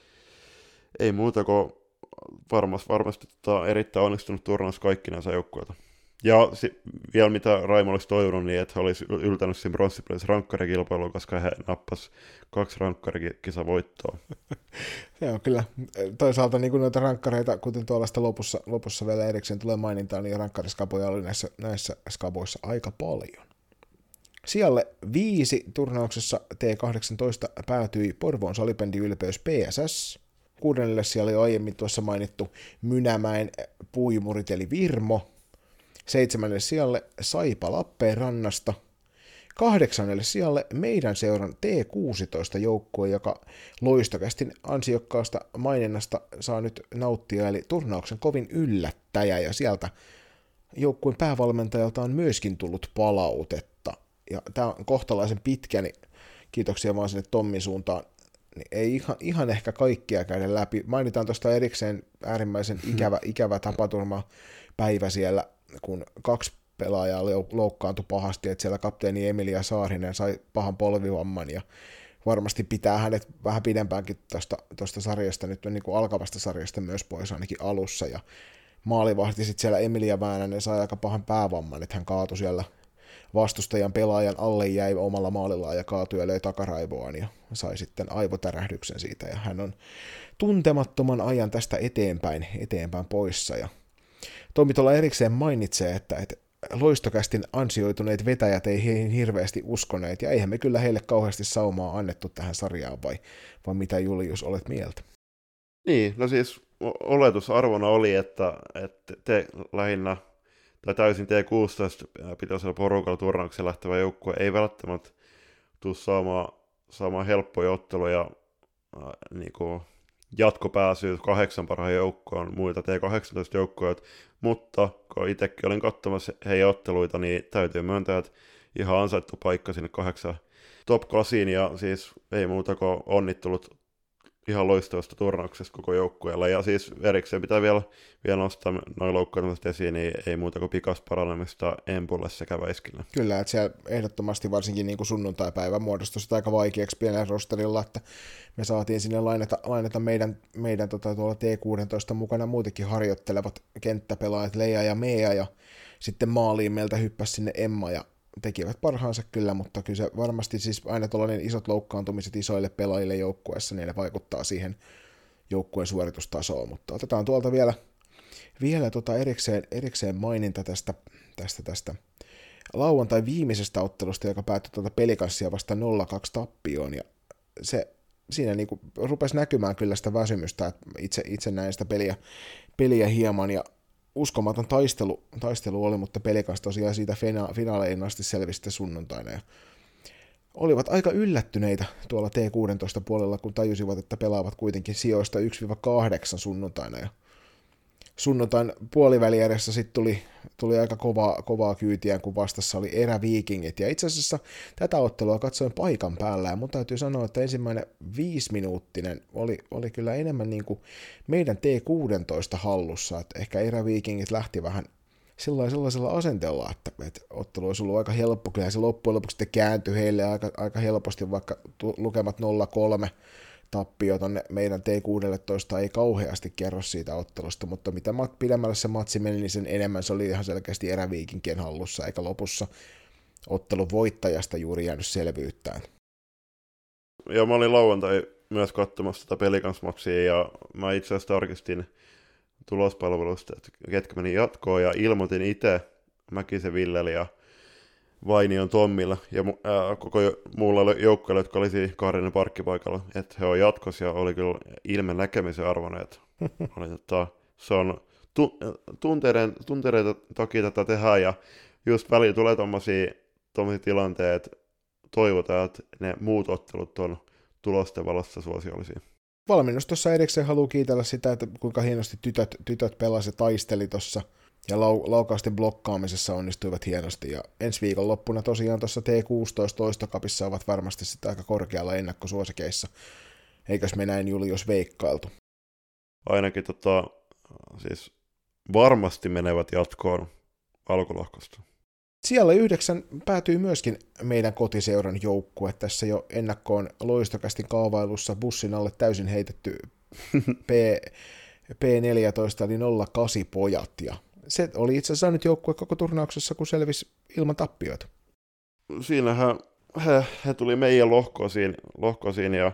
ei muuta kuin varmasti, varmasti tota, erittäin onnistunut turnaus kaikkinensa joukkueita. Ja si- vielä mitä Raimo olisi toivonut, niin että he olisi yltänyt siinä pronssipelissä rankkarikilpailuun, koska he nappas kaksi rankkarikisavoittoa. Se on kyllä toisaalta niin kuin noita rankkareita, kuten tuolla lopussa, lopussa vielä erikseen tulee mainintaan, niin rankkariskapoja oli näissä, näissä skaboissa aika paljon. Sijalle viisi turnauksessa T kahdeksantoista päätyi Porvoon salibändi ylpeys P S S. Kuudennelle siellä oli aiemmin tuossa mainittu Mynämäen puimurit eli Virmo. Seitsemännelle sijalle Saipa Lappeenrannasta. Kahdeksannelle sijalle meidän seuran T kuusitoista joukkue, joka Loistokästin ansiokkaasta maininnasta saa nyt nauttia, eli turnauksen kovin yllättäjä, ja sieltä joukkueen päävalmentajalta on myöskin tullut palautetta. Ja tämä on kohtalaisen pitkä, niin kiitoksia vaan sinne Tommin suuntaan. Niin ei ihan, ihan ehkä kaikkia käydä läpi. Mainitaan tuosta erikseen äärimmäisen ikävä, ikävä tapaturma päivä siellä, kun kaksi pelaajaa loukkaantui pahasti, että siellä kapteeni Emilia Saarinen sai pahan polvivamman, ja varmasti pitää hänet vähän pidempäänkin tuosta sarjasta, nyt on niin kuin alkavasta sarjasta myös pois ainakin alussa, ja maalivahti sitten siellä Emilia Väänänen sai aika pahan päävamman, että hän kaatui siellä vastustajan pelaajan alle, jäi omalla maalillaan ja kaatui ja löi takaraivoaan ja sai sitten aivotärähdyksen siitä, ja hän on tuntemattoman ajan tästä eteenpäin, eteenpäin poissa, ja Tommi tuolla erikseen mainitsee, että, että Loistokästin ansioituneet vetäjät ei heihin hirveästi uskoneet, ja eihän me kyllä heille kauheasti saumaa annettu tähän sarjaan, vai, vai mitä Julius olet mieltä? Niin, no siis oletusarvona oli, että, että te lähinnä, tai täysin T kuusitoista pitoisella porukalla turnauksella lähtevä joukkue ei välttämättä tule saamaan, saamaan helppoja otteluja äh, niin kuin jatkopääsyä kahdeksan parhaan joukkoon muilta T kahdeksantoista joukkoja, mutta kun itsekin olin katsomassa heidän otteluita, niin täytyy myöntää, että ihan ansaittu paikka sinne kahdeksan top kahdeksan, ja siis ei muuta kuin onnittelut ihan loistavasta turnauksesta koko joukkueella, ja siis erikseen pitää vielä, vielä nostaa noin loukkaantumiset esiin, niin ei muuta kuin pikas paranemista Empulle sekä Väiskille. Kyllä, että siellä ehdottomasti varsinkin niin kuin sunnuntai-päivä muodostui aika vaikeaksi pienellä rosterilla, että me saatiin sinne lainata, lainata meidän, meidän tota, tuolla T kuusitoista mukana muutenkin harjoittelevat kenttäpelaajat Leija ja Meija, ja sitten maaliin meiltä hyppäsi sinne Emma, ja tekivät parhaansa kyllä, mutta kyllä se varmasti siis aina tuollainen isot loukkaantumiset isoille pelaajille joukkueessa, niin ne vaikuttaa siihen joukkueen suoritustasoon, mutta otetaan tuolta vielä, vielä tota erikseen, erikseen maininta tästä, tästä, tästä lauantai viimeisestä ottelusta, joka päättyi tuota Pelikanssia vasta nolla kaksi tappioon, ja se siinä niinku rupesi näkymään kyllä sitä väsymystä, että itse, itse näin sitä peliä, peliä hieman, ja uskomaton taistelu, taistelu oli, mutta Pelikans tosiaan siitä fina- finaaleihin asti selvisi sunnuntaina, ja olivat aika yllättyneitä tuolla T kuusitoista puolella, kun tajusivat, että pelaavat kuitenkin sijoista yksi kahdeksan sunnuntaina, ja sunnuntain puolivälierässä sitten tuli, tuli aika kovaa, kovaa kyytiä, kun vastassa oli eräviikingit. Ja itse asiassa tätä ottelua katsoin paikan päällä, ja mun täytyy sanoa, että ensimmäinen viisiminuuttinen oli, oli kyllä enemmän niin kuin meidän T kuusitoista hallussa, että ehkä eräviikingit lähti vähän sellaisella asenteella, että, että ottelu olisi ollut aika helppo. Kyllä se loppujen lopuksi sitten kääntyi heille aika, aika helposti, vaikka lukemat nolla kolme tappio tonne meidän T kuusitoista ei kauheasti kerro siitä ottelusta, mutta mitä pidemmälle se matsi meni, niin sen enemmän se oli ihan selkeästi eräviikinkien hallussa, eikä lopussa ottelun voittajasta juuri jäänyt selvyyttään. Ja mä olin lauantai myös katsomassa tätä pelikansmatsia, ja mä itse asiassa tarkistin tulospalvelusta, että ketkä meni jatkoon, ja ilmoitin itse Mäkisen Villelle ja Vainion Tommilla ja ää, koko muulla joukkueella, jotka olisi kahden parkkipaikalla, että he on jatkossa, ja oli kyllä ilmen näkemisen arvoinen, että oli, tota, se on tu, tunteiden, tunteiden takia tätä tehdään, ja just välillä tulee tommosia, tommosia tilanteet, toivotaan, että ne muut ottelut on tulosten valossa suosiollisia. Valmennus tuossa erikseen haluaa kiitellä sitä, että kuinka hienosti tytöt, tytöt pelasi ja taisteli tuossa, ja lau, laukausten blokkaamisessa onnistuivat hienosti, ja ensi viikon loppuna tosiaan tuossa T kuusitoista toistokapissa ovat varmasti sitä aika korkealla ennakkosuosikeissa, eikös me näin Julius veikkailtu? Ainakin tota, siis varmasti menevät jatkoon alkulohkosta. Siellä yhdeksän päätyy myöskin meidän kotiseuran joukkue, tässä jo ennakkoon Loistokästin kaavailussa bussin alle täysin heitetty P, P neljätoista eli nolla kahdeksan pojat, ja se oli itse asiassa nyt joukkue koko turnauksessa, kun selvisi ilman tappioita. Siinähän he, he tuli meidän lohkoisiin, lohkoisiin ja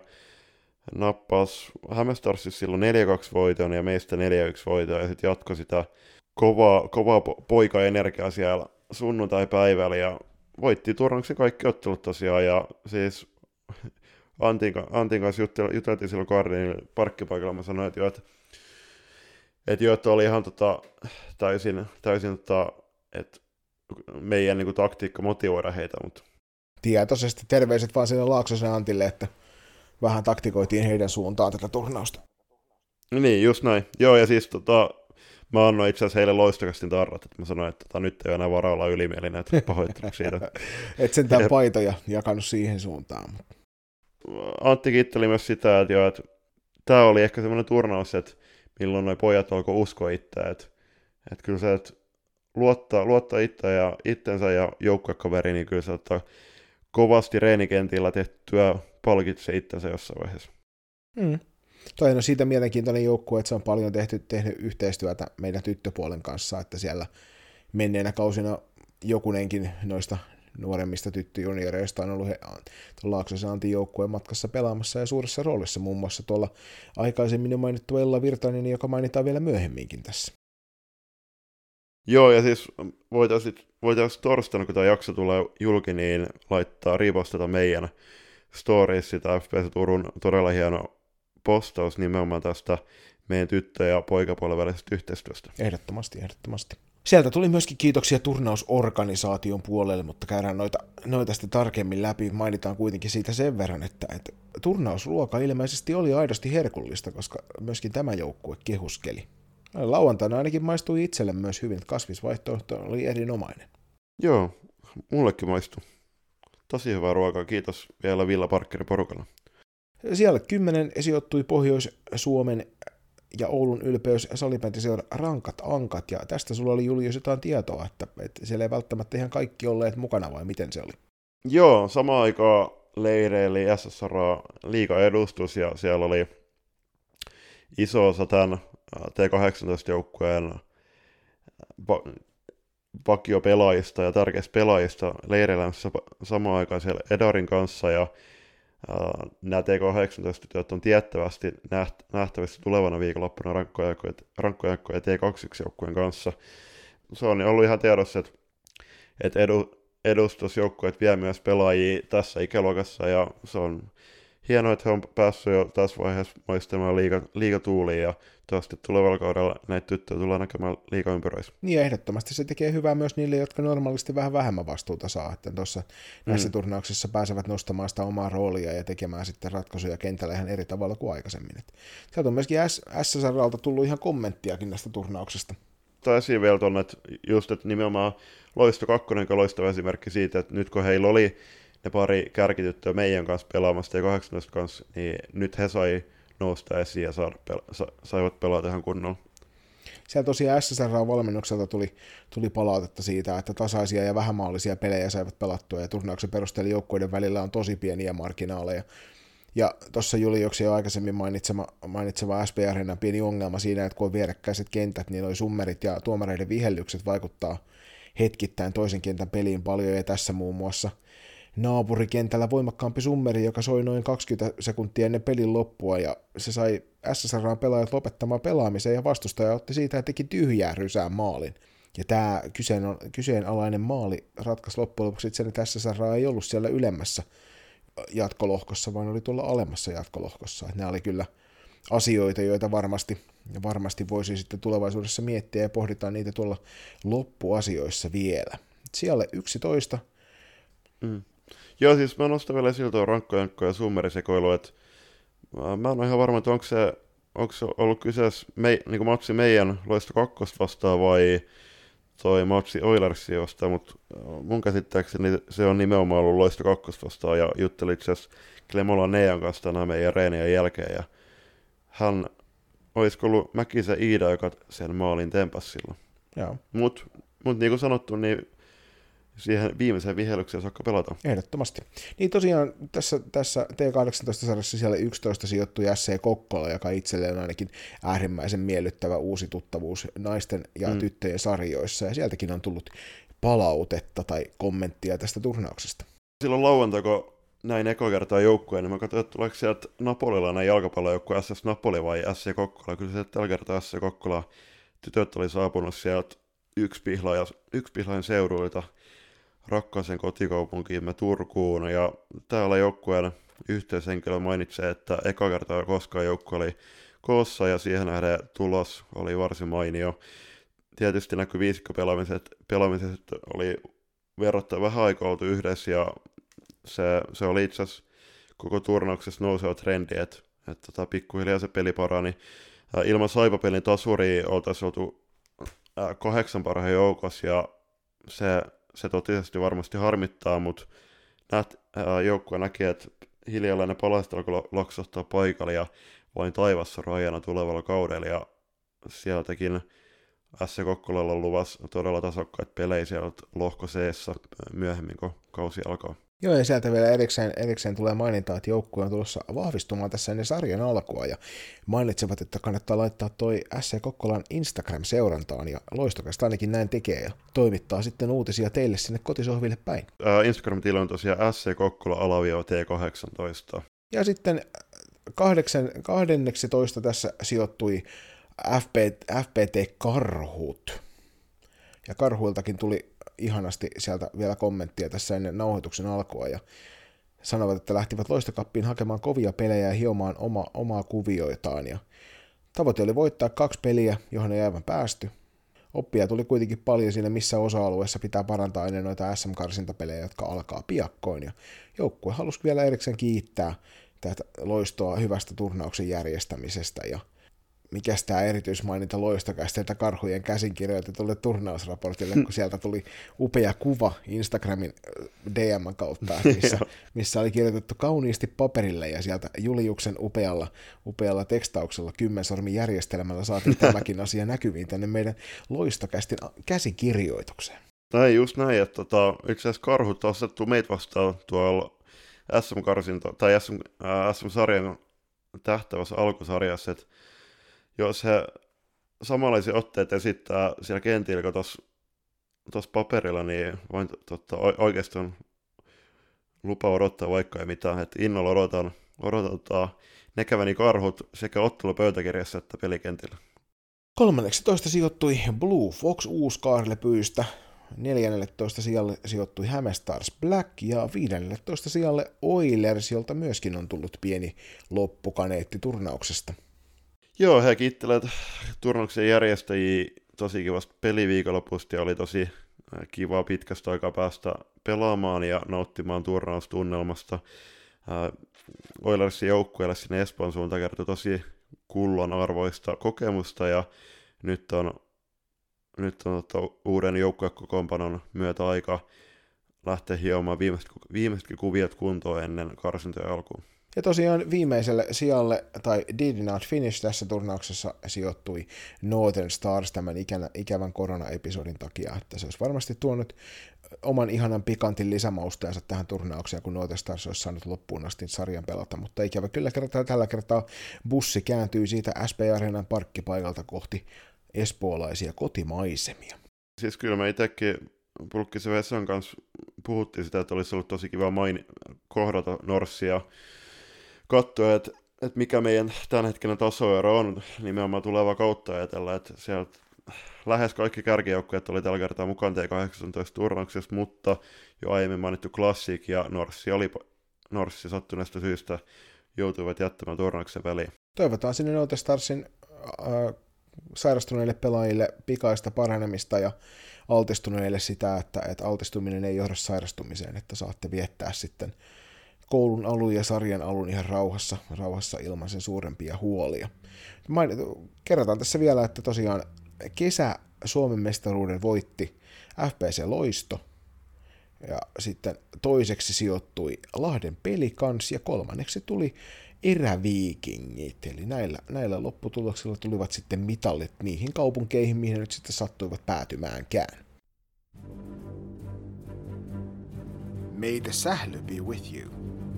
nappasi Hämeenstarsissa silloin neljä kaksi voiton ja meistä neljä yksi voiton, ja sitten jatkoi sitä kovaa, kovaa poika-energiaa siellä sunnuntai-päivällä, ja voitti turnauksen kaikki ottelut tosiaan, ja siis Antin, Antin kanssa juteltiin silloin Gardinin parkkipaikalla, mä sanoin, että jo, että että jo, että oli ihan tota, täysin, täysin tota, että meidän niin kuin, taktiikka motivoida heitä, mutta tietoisesti terveiset vaan sinne Laaksosen Antille, että vähän taktikoitiin heidän suuntaan tätä turnausta. Niin, just näin. Joo, ja siis tota, mä annoin itse asiassa heille Loistokästin tarrat, että mä sanoin, että tota, nyt ei ole enää varaa olla ylimielinen, että pahoittelut siitä. Et sentään paitoja jakanut siihen suuntaan. Antti kiitteli myös sitä, että, jo, että tämä oli ehkä semmoinen turnaus, että milloin noi pojat alkoi uskoa itseään, että, että kyllä se, että luottaa, luottaa itse ja itsensä ja joukkuekaveri, niin kyllä se ottaa kovasti reenikentillä tehtyä palkitsee itsensä jossain vaiheessa. Mm. Toi on siitä mielenkiintoinen joukkue, että se on paljon tehty, tehnyt yhteistyötä meidän tyttöpuolen kanssa, että siellä menneenä kausina jokunenkin noista nuoremmista tyttöjunioreista on ollut he, Laaksosen Antin joukkueen matkassa pelaamassa ja suuressa roolissa, muun muassa tuolla aikaisemmin jo mainittu Ella Virtanen, joka mainitaan vielä myöhemminkin tässä. Joo, ja siis voitaisiin voitais torstaina, kun tämä jakso tulee julki, niin laittaa riposteta meidän stories sitä F P S Turun todella hieno postaus nimenomaan tästä meidän tyttö- ja poikapuolen välisestä yhteistyöstä. Ehdottomasti, ehdottomasti. Sieltä tuli myöskin kiitoksia turnausorganisaation puolelle, mutta käydään noita, noita sitten tarkemmin läpi. Mainitaan kuitenkin siitä sen verran, että, että turnausruoka ilmeisesti oli aidosti herkullista, koska myöskin tämä joukkue kehuskeli. Lauantaina ainakin maistui itselle myös hyvin, että kasvisvaihtoehto oli erinomainen. Joo, mullekin maistui. Tosi hyvää ruokaa, kiitos vielä Villa Parkkerin porukalla. Siellä kymmenen sijoittui Pohjois-Suomen ja Oulun ylpeys salibändiseura Rankat Ankat, ja tästä sulla oli Julius jotain tietoa, että, että siellä ei välttämättä ihan kaikki olleet mukana, vai miten se oli? Joo, samaan aikaan leireili S S R liigaedustus, ja siellä oli iso osa tämän T kahdeksantoista-joukkueen va- vakiopelaajista ja tärkeistä pelaajista leireilämässä samaan aikaan siellä Edarin kanssa, ja Uh, nämä T kahdeksantoista-tytöt on tiettävästi näht- nähtävissä tulevana viikonloppuna rankkojankkoja T kaksikymmentäyksi-joukkueen kanssa. Se on ollut ihan tiedossa, että, että edu- edustusjoukkueet vie myös pelaajia tässä ikäluokassa, ja se on hienoa, että he on päässyt jo tässä vaiheessa maistamaan liiga- liigatuuliin, ja toivottavasti tulevalla kaudella näitä tyttöjä tullaan näkemään liigaympyröissä. Niin ja ehdottomasti se tekee hyvää myös niille, jotka normaalisti vähän vähemmän vastuuta saa, että tuossa näissä mm. turnauksissa pääsevät nostamaan sitä omaa roolia ja tekemään sitten ratkaisuja kentällä ihan eri tavalla kuin aikaisemmin. Et sieltä on myöskin S S R-alta tullut ihan kommenttiakin näistä turnauksista. Tai esiin vielä tuonne, että just, että nimenomaan Loisto kakkonen on loistava esimerkki siitä, että nyt kun heillä oli ne pari kärkityttöä meidän kanssa pelaamassa ja kahdeksantoista kanssa, niin nyt he sai nousta esiin ja saada pela- sa- saivat pelata ihan kunnolla. Siellä tosiaan S S R-valmennukselta tuli, tuli palautetta siitä, että tasaisia ja vähämaallisia pelejä saivat pelattua, ja turnauksen perusteella joukkueiden välillä on tosi pieniä marginaaleja. Ja tuossa Juliuksen jo aikaisemmin mainitsema, mainitsema S P R:n pieni ongelma siinä, että kun on vierekkäiset kentät, niin noi summerit ja tuomareiden vihellykset vaikuttaa hetkittäin toisen kentän peliin paljon, ja tässä muun muassa naapurikentällä voimakkaampi summeri, joka soi noin kaksikymmentä sekuntia ennen pelin loppua, ja se sai S S R:n pelaajat lopettamaan pelaamisen, ja vastustaja otti siitä ja teki tyhjää rysään maalin. Ja tämä kyseen, kyseenalainen maali ratkaisi loppujen lopuksi sen, että S S R ei ollut siellä ylemmässä jatkolohkossa, vaan oli tuolla alemmassa jatkolohkossa. Että nämä oli kyllä asioita, joita varmasti, varmasti voisi sitten tulevaisuudessa miettiä, ja pohditaan niitä tuolla loppuasioissa vielä. Siellä yksitoista. Mm. Joo, siis mä nostan vielä siltä tuo rankkojankko ja summerisekoilu, että mä en ole ihan varma, että onko se, onko se ollut kyseessä me, niin matsi meidän Loisto kakkosta vastaan vai toi matsi Oilersia vastaan, mutta mun käsittääkseni se on nimenomaan ollut Loisto kakkosta vastaan, ja juttelin itse asiassa Klemola Nean kanssa tänään meidän reenien jälkeen, ja hän olisiko ollut Mäkisen Iida, joka sen maalin tempasi silloin. Mutta mut niin kuin sanottu, niin siihen viimeiseen vihellykseen saakka pelataan. Ehdottomasti. Niin tosiaan tässä, tässä T kahdeksantoista-sarjassa siellä yksitoista sijoittui S C Kokkola, joka itselleen on ainakin äärimmäisen miellyttävä uusi tuttavuus naisten ja mm. tyttöjen sarjoissa, ja sieltäkin on tullut palautetta tai kommenttia tästä turnauksesta. Silloin lauantai, kun näin eka kertaa joukkueen, niin mä katsoin, että tuleeko sieltä napolilainen jalkapallojoukkue S S Napoli vai S C Kokkola. Kyllä sieltä tällä kertaa S C Kokkola tytöt oli saapunut sieltä yksi pihlaajan, yksi pihlaajan seuduilta rakkaaseen kotikaupunkiimme Turkuun, ja täällä joukkueen yhteyshenkilö mainitsee, että eka kertaa koskaan joukkue oli koossa, ja siihen nähden tulos oli varsin mainio. Tietysti näkyi viisikkopelaamiset pelaamiset oli verrattuna vähän aikaa oltu yhdessä, ja se, se oli itse asiassa koko turnauksessa nouseva trendi, että, että tota, pikkuhiljaa se peli parani. Ilman Saipa-pelin tasuria oltaisiin oltu kahdeksan parhaan joukossa, ja se Se totisesti varmasti harmittaa, mutta joukkue näki, että hiljalleen ne palaiset alkoi loksahtaa paikalle ja vain taivassa rajana tulevalla kaudella. Ja sieltäkin S C Kokkolalla on luvassa todella tasokkaita pelejä sieltä lohko C:ssä myöhemmin, kun kausi alkaa. Joo, ja sieltä vielä erikseen, erikseen tulee mainintaa, että joukkue on tulossa vahvistumaan tässä ennen sarjan alkua, ja mainitsevat, että kannattaa laittaa toi S C Kokkolan Instagram-seurantaan, ja Loistokasta ainakin näin tekee, ja toimittaa sitten uutisia teille sinne kotisohville päin. Ää, Instagram-tili on tosiaan S C Kokkola alavio T kahdeksantoista. Ja sitten kahdennentoista tässä sijoittui F P T Karhut, ja Karhuiltakin tuli ihanasti sieltä vielä kommenttia tässä ennen nauhoituksen alkua, ja sanovat, että lähtivät Loistokappiin hakemaan kovia pelejä ja hiomaan oma, omaa kuvioitaan, ja tavoite oli voittaa kaksi peliä, johon ei aivan päästy. Oppia tuli kuitenkin paljon siinä, missä osa-alueessa pitää parantaa ennen noita S M-karsintapelejä, jotka alkaa piakkoin, ja joukkue halusi vielä erikseen kiittää tätä Loistoa hyvästä turnauksen järjestämisestä, ja mikäs tämä erityismaininta Loistokästeiltä Karhujen käsinkirjoitetulle turnausraportille, kun sieltä tuli upea kuva Instagramin D M kautta, missä, missä oli kirjoitettu kauniisti paperille, ja sieltä Juliuksen upealla, upealla tekstauksella kymmensormin järjestelmällä saatiin tämäkin asia näkyviin tänne meidän Loistokästin käsikirjoitukseen. Näin, just näin, että tota, itse asiassa Karhut on asettu meitä vastaan tuolla S M-karsinta, tai S M, äh, S M-sarjan tähtävässä alkusarjassa, että jos he samanlaisia otteita esittää siellä kentillä kuin tuossa paperilla, niin voin totta, oikeasti on lupa odottaa vaikka ei mitään. Et innolla odotan, odotan näkeväni Karhut sekä ottelupöytäkirjassa että pelikentillä. kolmannentoista sijoittui Blue Fox Uuskaarlepyystä, neljännentoista sijalle sijoittui Hämestars Black ja viidennentoista sijalle Oilers, jolta myöskin on tullut pieni loppukaneetti turnauksesta. Joo, he kiittelevät turnauksen järjestäjiä tosi kivasta peliviikonlopusta ja oli tosi kiva pitkästä aikaa päästä pelaamaan ja nauttimaan turnaustunnelmasta. Oilersin joukkueelle sinne Espoon suuntaan kertoi tosi kullan arvoista kokemusta ja nyt on, nyt on uuden joukkuekokoonpanon myötä aika lähteä hiomaan viimeiset, viimeisetkin kuviot kuntoon ennen karsintojen alkuun. Ja tosiaan viimeiselle sijalle, tai did not finish tässä turnauksessa sijoittui Northern Stars tämän ikänä, ikävän korona-episodin takia, että se olisi varmasti tuonut oman ihanan pikantin lisämaustajansa tähän turnaukseen, kun Northern Stars olisi saanut loppuun asti sarjan pelata, mutta ikävä kyllä kertaa, tällä kertaa bussi kääntyy siitä S P Areenan parkkipaikalta kohti espoolaisia kotimaisemia. Siis kyllä me itsekin Pulkkisen Vessan kanssa puhuttiin sitä, että olisi ollut tosi kiva main kohdata Norssia, katsoa, että, että mikä meidän tämänhetkinen tasoero on nimenomaan tuleva kautta ajatella, että sieltä lähes kaikki kärkijoukkueet oli tällä kertaa mukaan T kahdeksantoista turnauksessa, mutta jo aiemmin mainittu Classic ja Norssi oli Norssi sattuneesta syystä joutuivat jättämään turnauksen väliin. Toivotaan sinne Northern Starsin äh, sairastuneille pelaajille pikaista paranemista ja altistuneille sitä, että, että altistuminen ei johda sairastumiseen, että saatte viettää sitten koulun alun ja sarjan alun ihan rauhassa, rauhassa ilman sen suurempia huolia. Mainit, kerrotaan tässä vielä, että tosiaan kesä Suomen mestaruuden voitti F P C Loisto, ja sitten toiseksi sijoittui Lahden Pelikans, ja kolmanneksi tuli Eräviikingit, eli näillä, näillä lopputuloksilla tulivat sitten mitallit niihin kaupunkeihin, mihin ne nyt sitten sattuivat päätymäänkään. May the sähly be with you.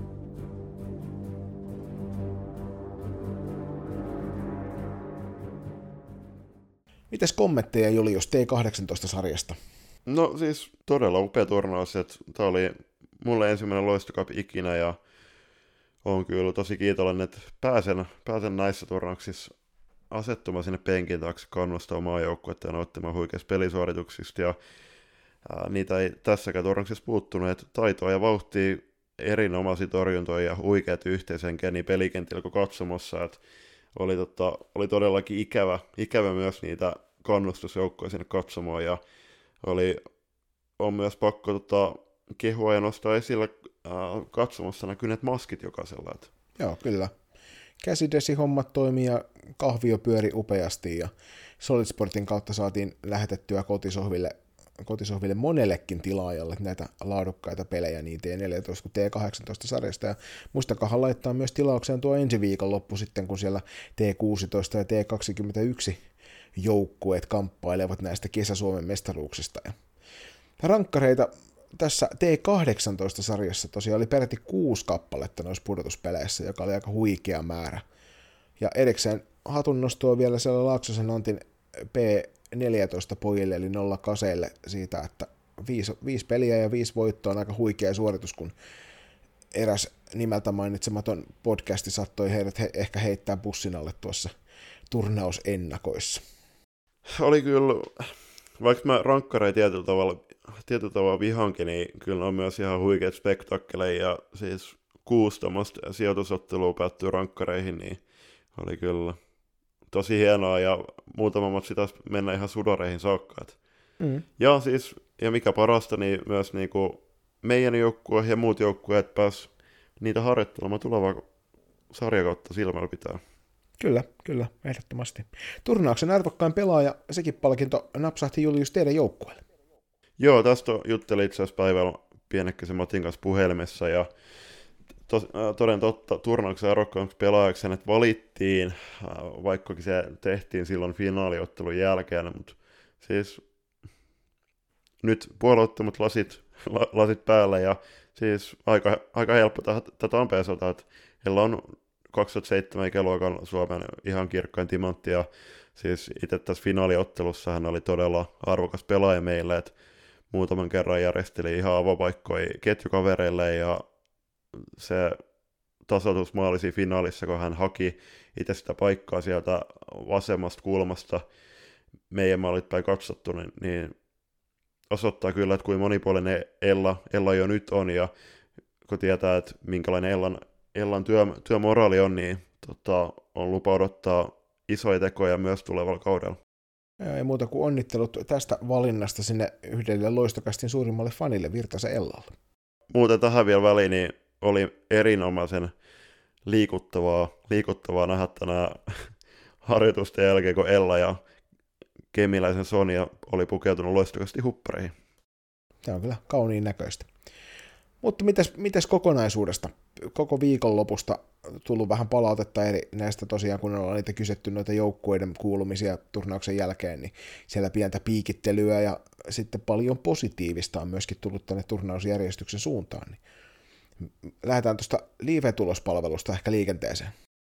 Mites kommentteja Julius T kahdeksantoista-sarjasta? No siis todella upea turnaus, että tämä oli mulle ensimmäinen Loisto Cup ikinä ja olen kyllä tosi kiitollinen, että pääsen, pääsen näissä turnauksissa asettumaan sinne penkin taakse kannustaa omaa joukkuetta ja nauttimaan huikeista pelisuorituksista ja ää, niitä ei tässäkään turnauksessa puuttunut, että taitoa ja vauhtia, erinomaisia torjuntoja ja huikeat yhteishenkeä niin pelikentillä kuin katsomossa, että oli, tota, oli todellakin ikävä, ikävä myös niitä kannustusjoukkoja sinne katsomaan ja oli, on myös pakko tota, kehua ja nostaa esille äh, katsomassa näkyneet maskit jokaisella. Että. Joo, kyllä. Käsidesi-hommat toimii ja kahvio pyöri upeasti ja Solid Sportin kautta saatiin lähetettyä kotisohville, kotisohville monellekin tilaajalle näitä laadukkaita pelejä niin T neljätoista kuin T kahdeksantoista-sarjasta. Ja muistakahan laittaa myös tilaukseen tuo ensi viikon loppu sitten, kun siellä T kuusitoista ja T kaksikymmentäyksi joukkueet kamppailevat näistä Kesä-Suomen mestaruuksista. Ja rankkareita tässä T kahdeksantoista-sarjassa tosiaan oli peräti kuusi kappaletta noissa pudotuspeleissä, joka oli aika huikea määrä. Ja erikseen hatunnostoa vielä siellä Laaksosen Antin P neljätoista pojille, eli nolla kaseille siitä, että viisi, viisi peliä ja viisi voittoa on aika huikea suoritus, kun eräs nimeltä mainitsematon podcasti sattoi heidät he, ehkä heittää bussin alle tuossa turnausennakoissa. Oli kyllä, vaikka mä rankkarein tietyllä tavalla, tietyllä tavalla vihankin, niin kyllä on myös ihan huikeat spektakkeleja, ja siis kuusi tuommoista sijoitusottelua päättyy rankkareihin, niin oli kyllä tosi hienoa, ja muutama matsi taas mennä ihan sudoreihin saakka. Mm. Ja siis, ja mikä parasta, niin myös niinku meidän joukkue ja muut joukkueet pääs niitä harjoittelemaan tulevaa sarjakautta silmällä pitää. Kyllä, kyllä, ehdottomasti. Turnauksen arvokkain pelaaja, sekin palkinto napsahti Julius teidän joukkueelle. Joo, tästä juttelin itse asiassa päivällä Pienekkäisen Matin kanssa puhelimessa, ja to, äh, toden totta, turnauksen arvokkaammaksi pelaajaksi hänet valittiin, äh, vaikkakin se tehtiin silloin finaaliottelun jälkeen, mutta siis nyt puolueettomat lasit, la, lasit päällä, ja siis aika, aika helppo tätä on pesota, että heillä on kaksituhattaseitsemän ikäluokan Suomen ihan kirkkain timantti, ja siis itse tässä finaaliottelussa hän oli todella arvokas pelaaja meille, että muutaman kerran järjesteli ihan avopaikkoja ketjukavereille, ja se tasoitusmaali siinä finaalissa, kun hän haki itse sitä paikkaa sieltä vasemmasta kulmasta meidän maalit päin katsottu, niin, niin osoittaa kyllä, että kuinka monipuolinen Ella, Ella jo nyt on, ja kun tietää, että minkälainen Ellan Ellan työ, työmoraali on, niin tota, on lupa odottaa isoja tekoja myös tulevalla kaudella. Ei muuta kuin onnittelut tästä valinnasta sinne yhdelle Loistokastin suurimmalle fanille Virtasen Ellalle. Muuten tähän vielä väliin niin oli erinomaisen liikuttavaa, liikuttavaa nähdä tänään harjoitusten jälkeen, kun Ella ja Kemiläisen Sonja oli pukeutunut Loistokasti huppareihin. Tämä on kyllä kauniin näköistä. Mutta mitäs, mitäs kokonaisuudesta? Koko viikonlopusta tullut vähän palautetta eri näistä tosiaan, kun ollaan niitä kysytty noita joukkueiden kuulumisia turnauksen jälkeen, niin siellä pientä piikittelyä ja sitten paljon positiivista on myöskin tullut tänne turnausjärjestyksen suuntaan. Niin lähdetään tuosta live-tulospalvelusta ehkä liikenteeseen.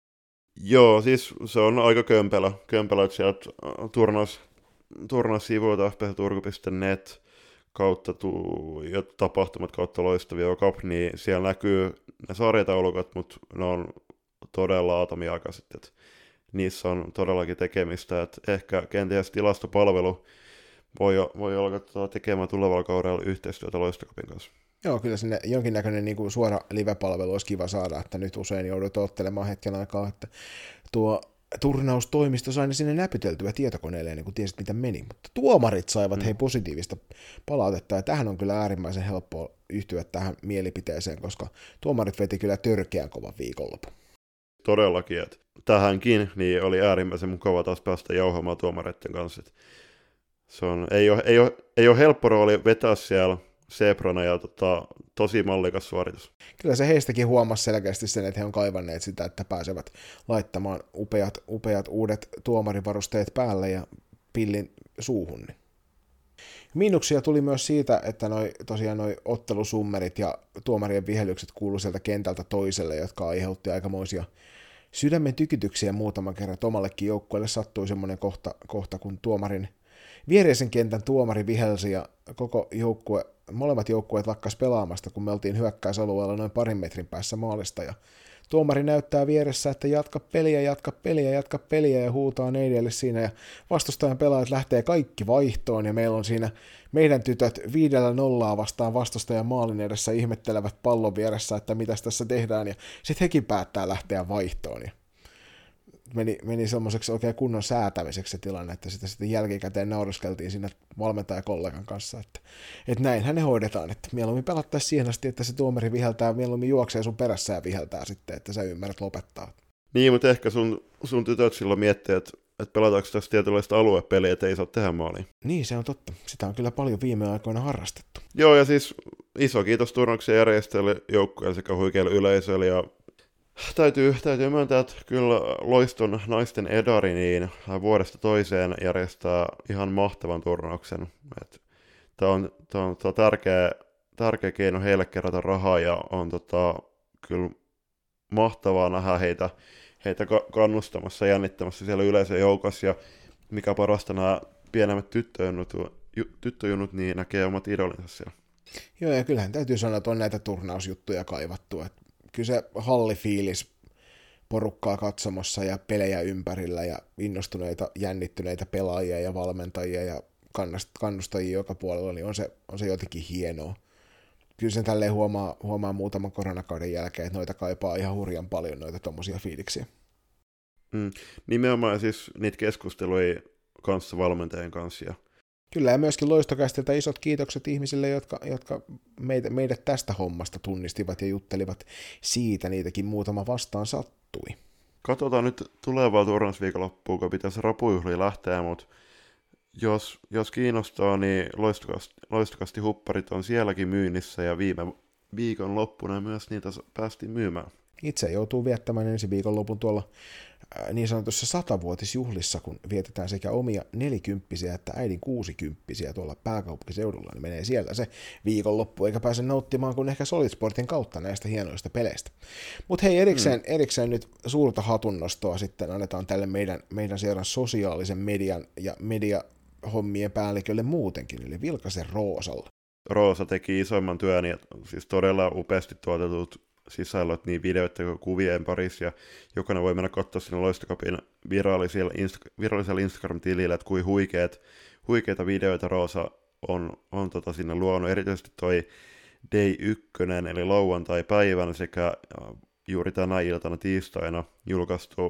Joo, siis se on aika kömpelä, kömpelä että sieltä turnaus, turnaussivuilta f p c turku piste net kautta tuu, ja tapahtumat kautta Loistavia Cup, niin siellä näkyy ne sarjataulukot, mutta ne on todella atomiaikaiset, että niissä on todellakin tekemistä, että ehkä kenties tilastopalvelu voi, voi alkaa tekemään tulevalla kaudella yhteistyötä Loistokapin kanssa. Joo, kyllä sinne jonkinnäköinen niin kuin suora live-palvelu olisi kiva saada, että nyt usein joudut ottelemaan hetken aikaa, että tuo turnaustoimisto sai ne sinne näpyteltyä tietokoneelle, niin kuin tiesit mitä meni, mutta tuomarit saivat mm. hei positiivista palautetta, ja tähän on kyllä äärimmäisen helppoa yhtyä tähän mielipiteeseen, koska tuomarit veti kyllä törkeän kovan viikonlopun. Todellakin, että tähänkin niin oli äärimmäisen mukava taas päästä jauhamaan tuomareiden kanssa. Että se on, ei, ole, ei, ole, ei ole helppo rooli vetää siellä Sebrana ja tota, tosi mallikas suoritus. Kyllä se heistäkin huomasi selkeästi sen, että he on kaivanneet sitä, että pääsevät laittamaan upeat, upeat uudet tuomarivarusteet päälle ja pillin suuhun. Niin. Miinuksia tuli myös siitä, että noi, tosiaan noi ottelusummerit ja tuomarien vihellykset kuului sieltä kentältä toiselle, jotka aiheutti aikamoisia sydämen tykityksiä muutaman kerran. Omallekin joukkueelle sattui semmoinen kohta, kohta, kun tuomarin viereisen kentän tuomari vihelsi ja koko joukkue, molemmat joukkueet lakkas pelaamasta, kun me oltiin hyökkäysalueella noin parin metrin päässä maalista ja tuomari näyttää vieressä, että jatka peliä, jatka peliä, jatka peliä ja huutaa neidelle siinä ja vastustajan pelaajat lähtee kaikki vaihtoon ja meillä on siinä meidän tytöt viidellä nollaa vastaan vastustajan maalin edessä ihmettelevät pallon vieressä, että mitäs tässä tehdään ja sitten hekin päättää lähteä vaihtoon ja meni, meni semmoiseksi oikein kunnon säätämiseksi se tilanne, että sitä sitten jälkikäteen nauriskeltiin siinä valmentajakollegan kanssa, että, että näinhän ne hoidetaan, että mieluummin pelattaisiin siihen asti, että se tuomari viheltää, mieluummin juoksee sun perässä ja viheltää sitten, että sä ymmärrät lopettaa. Niin, mutta ehkä sun, sun tytöt silloin miettii, että, että pelataanko tässä tietynlaista aluepeliä, että ei saa tehdä maaliin. Niin, se on totta. Sitä on kyllä paljon viime aikoina harrastettu. Joo, ja siis iso kiitos turnauksen järjestäjille, joukkueelle sekä huikealle yleisölle ja Täytyy, täytyy myöntää, että kyllä Loiston naisten edari niin vuodesta toiseen järjestää ihan mahtavan turnauksen. Tämä on, tää on, tää on tärkeä, tärkeä keino heille kerätä rahaa ja on tota, kyllä mahtavaa nähdä heitä, heitä kannustamassa ja jännittämässä siellä yleisön joukossa. Ja mikä parasta, nämä pienemmät tyttöjunut, tyttöjunut niin näkee omat idolinsa siellä. Joo, ja kyllähän täytyy sanoa, että on näitä turnausjuttuja kaivattu. Että kyllä se hallifiilis porukkaa katsomassa ja pelejä ympärillä ja innostuneita, jännittyneitä pelaajia ja valmentajia ja kannustajia joka puolella, niin on se, on se jotenkin hienoa. Kyllä sen tälleen huomaa, huomaa muutaman koronakauden jälkeen, että noita kaipaa ihan hurjan paljon noita tommosia fiiliksiä. Mm, nimenomaan siis niitä keskusteluja kanssa valmentajien kanssa. Ja kyllä, ja myöskin Loistokästiltä isot kiitokset ihmisille, jotka, jotka meitä, meidät tästä hommasta tunnistivat ja juttelivat siitä, niitäkin muutama vastaan sattui. Katsotaan nyt tulevaa turnausviikonloppuun, kun pitäisi rapujuhliin lähteä, mutta jos, jos kiinnostaa, niin Loistokasti, Loistokasti hupparit on sielläkin myynnissä, ja viime viikon loppuna myös niitä päästiin myymään. Itse joutuu viettämään ensi viikonlopun tuolla niin sanotussa satavuotisjuhlissa, kun vietetään sekä omia nelikymppisiä että äidin kuusikymppisiä tuolla pääkaupunkiseudulla, niin menee siellä se viikonloppu, eikä pääse nauttimaan kuin ehkä Solid Sportin kautta näistä hienoista peleistä. Mutta hei, erikseen, mm. erikseen nyt suurta hatunnostoa sitten annetaan tälle meidän, meidän seuran sosiaalisen median ja mediahommien päällikölle muutenkin, eli Vilkasen Roosalle. Roosa teki isoimman työn, ja siis todella upeasti tuotetut sisällöt niin videoita kuin kuvien parissa, ja jokainen voi mennä katsoa sinne Loistokapin virallisella, Insta- virallisella Instagram-tilillä, että kuin huikeat, huikeita videoita Roosa on, on tota sinne luonut, erityisesti toi Day yksi, eli lauantai-päivänä sekä juuri tänä iltana tiistaina julkaistu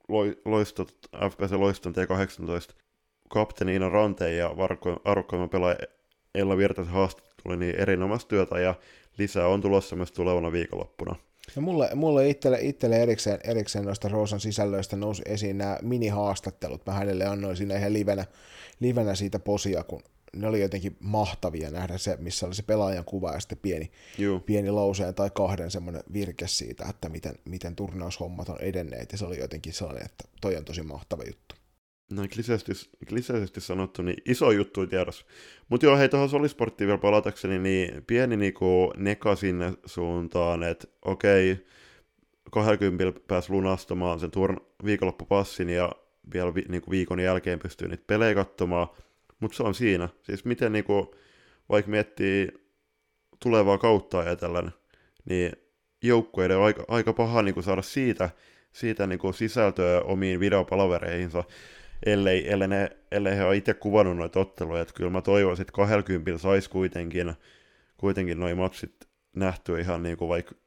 loistot, F P C Loiston T kahdeksantoista kapteeni Iina Ranteen ja arvokkaimman pelaaja Ella Virtasen haastattelu niin erinomaista työtä ja lisää on tulossa myös tulevana viikonloppuna. No mulle, mulle itselle, itselle erikseen, erikseen noista Roosan sisällöistä nousi esiin nämä mini-haastattelut. Mä hänelle annoin siinä ihan livenä, livenä siitä posia, kun ne oli jotenkin mahtavia nähdä se, missä oli se pelaajan kuva ja sitten pieni, pieni lauseen tai kahden semmoinen virke siitä, että miten, miten turnaushommat on edenneet. Ja se oli jotenkin sellainen, että toi on tosi mahtava juttu. No kliseisesti, kliseisesti sanottu, niin iso juttu tiedossa. Mutta joo, hei tuohon Solisporttiin vielä palatakseni, niin pieni niinku neka sinne suuntaan, että okei, kaksikymmentä pääsi lunastamaan sen turn viikonloppupassin ja vielä vi, niinku viikon jälkeen pystyy niitä pelejä katsomaan, mutta se on siinä. Siis miten niinku, vaikka miettii tulevaa kautta ajatellen, niin joukkueiden on aika, aika paha niinku saada siitä, siitä niinku sisältöä omiin videopalavereihinsa, ellei, ellei, ne, ellei he ole itse kuvannut noita otteluja, että kyllä mä toivoisin, että kaksikymmentä saisi kuitenkin, kuitenkin noi matsit nähtyä ihan niin kuin vaikka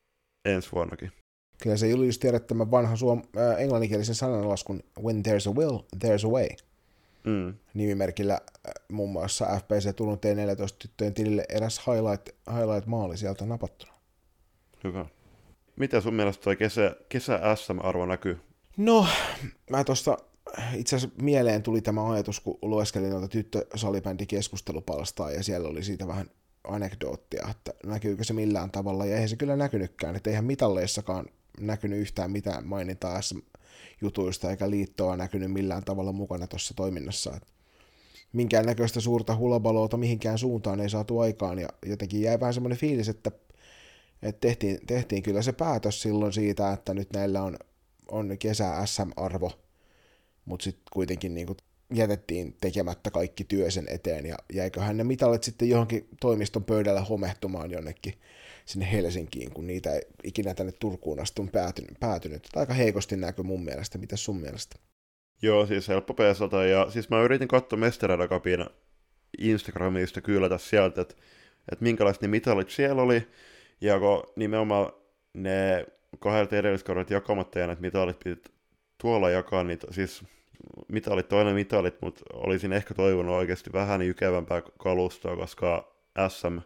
ensi vuonnakin. Kyllä se Julius tiedät tämän vanhan suom- äh, englanninkielisen sananlaskun When there's a will, there's a way. Mm. Nimimerkillä äh, muun muassa F P C Turun T neljätoista tyttöjen tilille eräs highlight, highlight-maali sieltä napattuna. Hyvä. Mitä sun mielestä toi kesä, kesä S M-arvo näkyy? No, mä tuosta itse asiassa mieleen tuli tämä ajatus, kun lueskelin noita tyttösalibändikeskustelupalstaa, ja siellä oli siitä vähän anekdoottia, että näkyykö se millään tavalla, ja eihän se kyllä näkynytkään, että eihän mitalleissakaan näkynyt yhtään mitään mainintaa S M-jutuista, eikä liittoa näkynyt millään tavalla mukana tuossa toiminnassa. Että minkään näköistä suurta hulabaloota mihinkään suuntaan ei saatu aikaan, ja jotenkin jäi vähän semmoinen fiilis, että, että tehtiin, tehtiin kyllä se päätös silloin siitä, että nyt näillä on, on kesä S M-arvo, mutta sitten kuitenkin niin kuin jätettiin tekemättä kaikki työ sen eteen, ja jäiköhän ne mitalit sitten johonkin toimiston pöydällä homehtumaan jonnekin sinne Helsinkiin, kun niitä ei ikinä tänne Turkuun asti on päätynyt. päätynyt. Aika heikosti näkö mun mielestä. Mitäs sun mielestä? Joo, siis helppo peesata, ja siis mä yritin katsoa Mestereiden Cupin Instagramista kyllätä sieltä, että, että minkälaiset ne mitalit siellä oli, ja kun nimenomaan ne kahdelta edelliskaudelta jakamatta jääneet mitalit piti tuolla jakaa, niin siis mitalit, toinen mitalit, mutta olisin ehkä toivonut oikeasti vähän jykevämpää kalustoa, koska S M,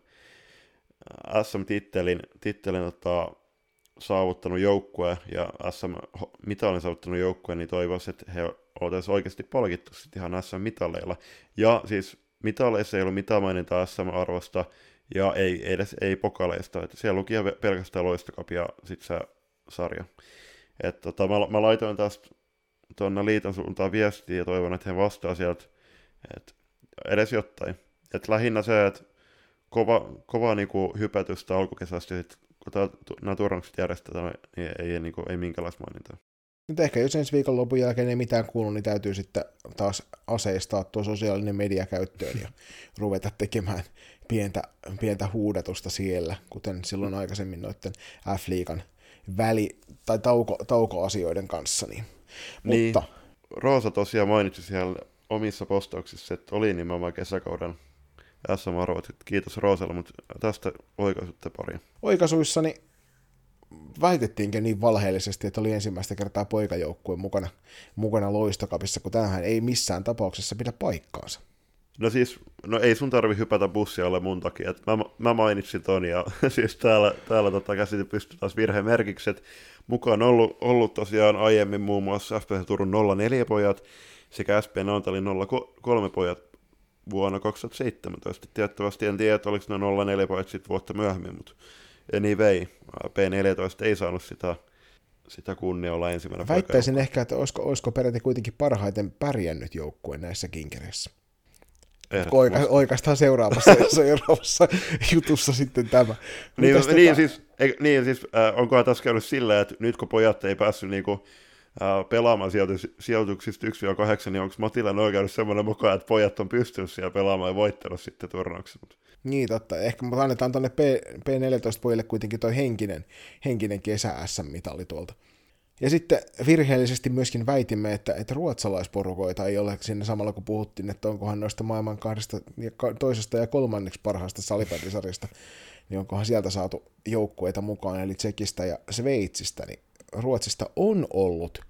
S M-tittelin tittelin, ottaa saavuttanut joukkue ja S M-mitalin saavuttanut joukkue, niin toivoisin, että he oltaisiin oikeasti palkittu sitten ihan S M-mitaleilla. Ja siis mitaleissa ei ollut mitään mainintaa S M-arvosta ja ei edes ei pokaleista, että siellä luki pelkästään Loistocup ja sitten se sarja. Että tota, mä, mä laitoin tästä tuonne liiton suuntaan viestiä ja toivon, että he vastaa sieltä, että edes jotain. Että lähinnä se, että kova, kova niinku hypätystä alkukesästä ja sitten kun nämä turnaukset järjestetään, niin ei, niin kuin, ei minkäänlaista mainintaa. Nyt ehkä jos ensi viikon lopun jälkeen ei mitään kuulu, niin täytyy sitten taas aseistaa tuo sosiaalinen media käyttöön ja ruveta tekemään pientä, pientä huudatusta siellä, kuten silloin aikaisemmin noiden F-liigan väli- tai tauko, taukoasioiden kanssa. Niin. Niin, Mutta Roosa tosiaan mainitsi siellä omissa postauksissa, että oli nimenomaan kesäkauden S M-arvot. Kiitos Roosalle, mutta tästä oikaisutte pari. Oikaisuissani väitettiinkö niin valheellisesti, että oli ensimmäistä kertaa poikajoukkue mukana, mukana Loistocupissa, kun tämähän ei missään tapauksessa pidä paikkaansa. No siis, no ei sun tarvi hypätä bussialle mun takia, että mä, mä mainitsin ton ja siis täällä, täällä tota käsite pystyy taas virhemerkiksi, että mukaan on ollut, ollut tosiaan aiemmin muun muassa F P C Turun nolla neljä pojat sekä S P Naantalin nolla kolme pojat vuonna kaksituhattaseitsemäntoista. Tiettävästi en tiedä, että oliko ne nolla neljä pojat sitten vuotta myöhemmin, mutta anyway, P neljätoista ei saanut sitä, sitä kunnia olla ensimmäinen. Väittäisin ehkä, että olisiko, olisiko peräti kuitenkin parhaiten pärjännyt joukkue näissä kinkereissä. Oika, oikeastaan seuraavassa, seuraavassa jutussa sitten tämä. Niin, niin, siis, ei, niin siis äh, onkohan tässä käynyt silleen, että nyt kun pojat ei päässyt niinku, äh, pelaamaan sijoitus, sijoituksista yksi kahdeksan, niin onko Matilan oikeudut semmoinen mukaan, että pojat on pystynyt siellä pelaamaan ja voittanut sitten turnauksen? Niin totta, ehkä me annetaan tuonne P neljätoista-pojille kuitenkin toi henkinen, henkinen kesä-S M-mitali tuolta. Ja sitten virheellisesti myöskin väitimme, että, että ruotsalaisporukoita ei ole siinä samalla, kun puhuttiin, että onkohan noista maailman kahdesta, toisesta ja kolmanneksi parhaasta salibändisarjasta, niin onkohan sieltä saatu joukkueita mukaan, eli Tsekistä ja Sveitsistä, niin Ruotsista on ollut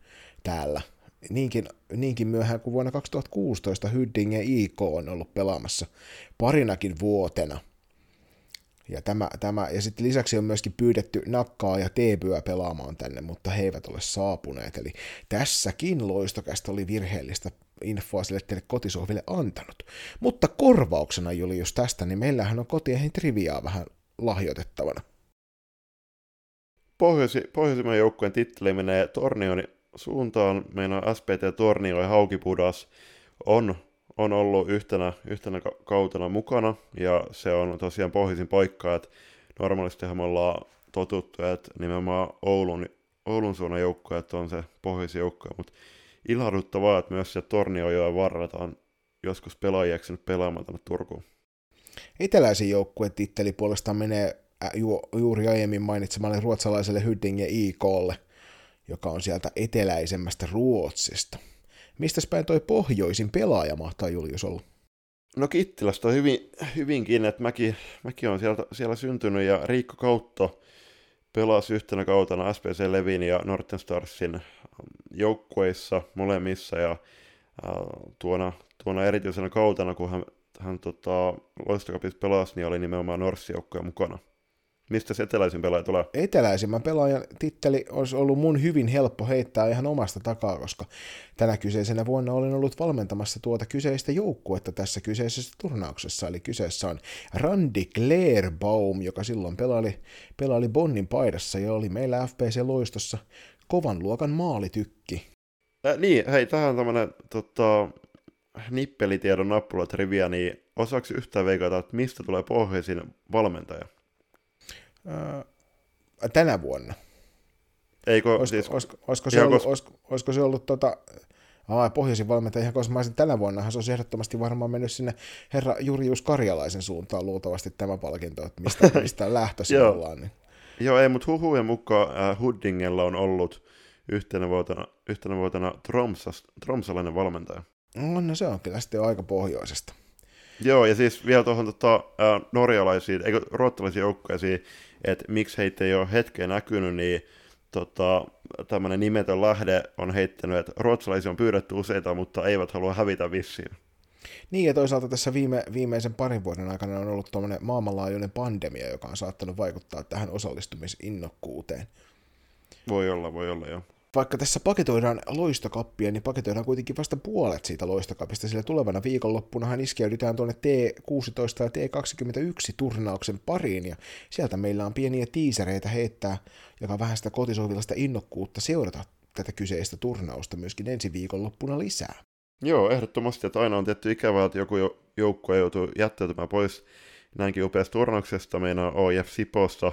täällä. Niinkin, niinkin myöhään kuin vuonna kaksituhattakuusitoista Hyddinge I K on ollut pelaamassa parinakin vuotena. Ja, tämä, tämä, ja sitten lisäksi on myöskin pyydetty Nakkaa ja Teebyä pelaamaan tänne, mutta he eivät ole saapuneet. Eli tässäkin Loistokästä oli virheellistä infoa sille teille kotisohville antanut. Mutta korvauksena, Julius, tästä, niin meillähän on kotiehin triviaa vähän lahjoitettavana. Pohjoisi, Pohjoisimman joukkueen titteli menee Tornion suuntaan. Meidän S P T Tornio ja Haukipudas on, on ollut yhtenä, yhtenä kautena mukana, ja se on tosiaan pohjoisin paikka, että normaalistihan me ollaan totuttu, että nimenomaan Oulun, Oulun suunnan joukkueet on se pohjoisin joukkue, mutta ilahduttavaa, että myös se Tornionjoen varrella on joskus pelaajia eksynyt pelaamaan tänne Turkuun. Eteläisin joukkueen titteli puolestaan menee ju, juuri aiemmin mainitsemalle ruotsalaiselle Hyddinge I K:lle, joka on sieltä eteläisemmästä Ruotsista. Mistäs päin toi pohjoisin pelaaja mahtaa, Julius, olla? No Kittilästä on hyvin, hyvinkin, että mäkin, mäkin olen sieltä, siellä syntynyt, ja Riikko Kautto pelasi yhtenä kautena S P C Levin ja Northern Starsin joukkueissa molemmissa, ja äh, tuona, tuona erityisenä kautena, kun hän, hän tota, Loistokapissa pelasi, niin oli nimenomaan Norssi-joukkueen mukana. Mistä se eteläisin pelaaja tulee? Eteläisimmän pelaajan titteli olisi ollut mun hyvin helppo heittää ihan omasta takaa, koska tänä kyseisenä vuonna olen ollut valmentamassa tuota kyseistä joukkuetta tässä kyseisessä turnauksessa, eli kyseessä on Randy Klerbaum, joka silloin pelaili, pelaili Bonnin paidassa ja oli meillä F P C-loistossa kovan luokan maalitykki. Äh, niin, hei, tähän on tämmönen tota, nippelitiedon nappulatriviä, niin osaako yhtään veikata, että mistä tulee pohjoisin valmentaja? Tänä vuonna. Eikö, olisiko, siis, olisiko, olisiko, se ollut, kos... olisiko, olisiko se ollut tota, aa, pohjoisin valmentaja ihan koska mä olisin tänä vuonnahan se olisi ehdottomasti varmaan mennyt sinne herra Jurjus Karjalaisen suuntaan luultavasti tämä palkinto, että mistä, mistä lähtöisin ollaan. Niin. Joo, ei, mutta huhujen mukaan äh, Huddingella on ollut yhtenä vuotena, yhtenä vuotena Tromsas, tromsalainen valmentaja. No, no se on kyllä sitten aika pohjoisesta. Joo, ja siis vielä tuohon tota, äh, norjalaisiin, eikö ruotsalaisiin joukkueisiin, että miksi heitä ei ole hetkeä näkynyt, niin tota, tämmöinen nimetön lähde on heittänyt, että ruotsalaisia on pyydetty useita, mutta eivät halua hävitä vissiin. Niin, ja toisaalta tässä viime, viimeisen parin vuoden aikana on ollut tuommoinen maailmanlaajuinen pandemia, joka on saattanut vaikuttaa tähän osallistumisinnokkuuteen. Voi olla, voi olla, joo. Vaikka tässä paketoidaan loistokappia, niin paketoidaan kuitenkin vasta puolet siitä loistokapista, sillä tulevana viikonloppunahan iskeydytään tuonne T kuusitoista ja T kaksikymmentäyksi turnauksen pariin, ja sieltä meillä on pieniä tiisereitä heittää, joka vähän sitä kotisohvillasta innokkuutta seurata tätä kyseistä turnausta myöskin ensi viikonloppuna lisää. Joo, ehdottomasti, että aina on tietty ikävää, että joku joukkue joutuu jättäytymään pois näinkin upeasta turnauksesta. Meidän O I F Sipossa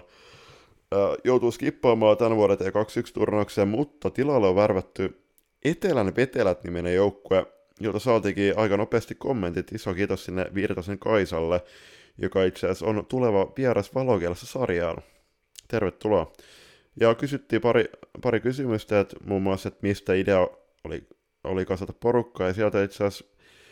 joutuu skippaamaan tämän vuoden T kaksikymmentäyksi-turnaukseen, mutta tilalle on värvätty Etelän Vetelät-niminen joukkue, jota saatiinkin aika nopeasti kommentit. Iso kiitos sinne Virtasen Kaisalle, joka itse asiassa on tuleva vieras Valokielessä sarjaan. Tervetuloa. Ja kysyttiin pari, pari kysymystä, että muun muassa, että mistä idea oli, oli kasata porukkaa, ja sieltä itse asiassa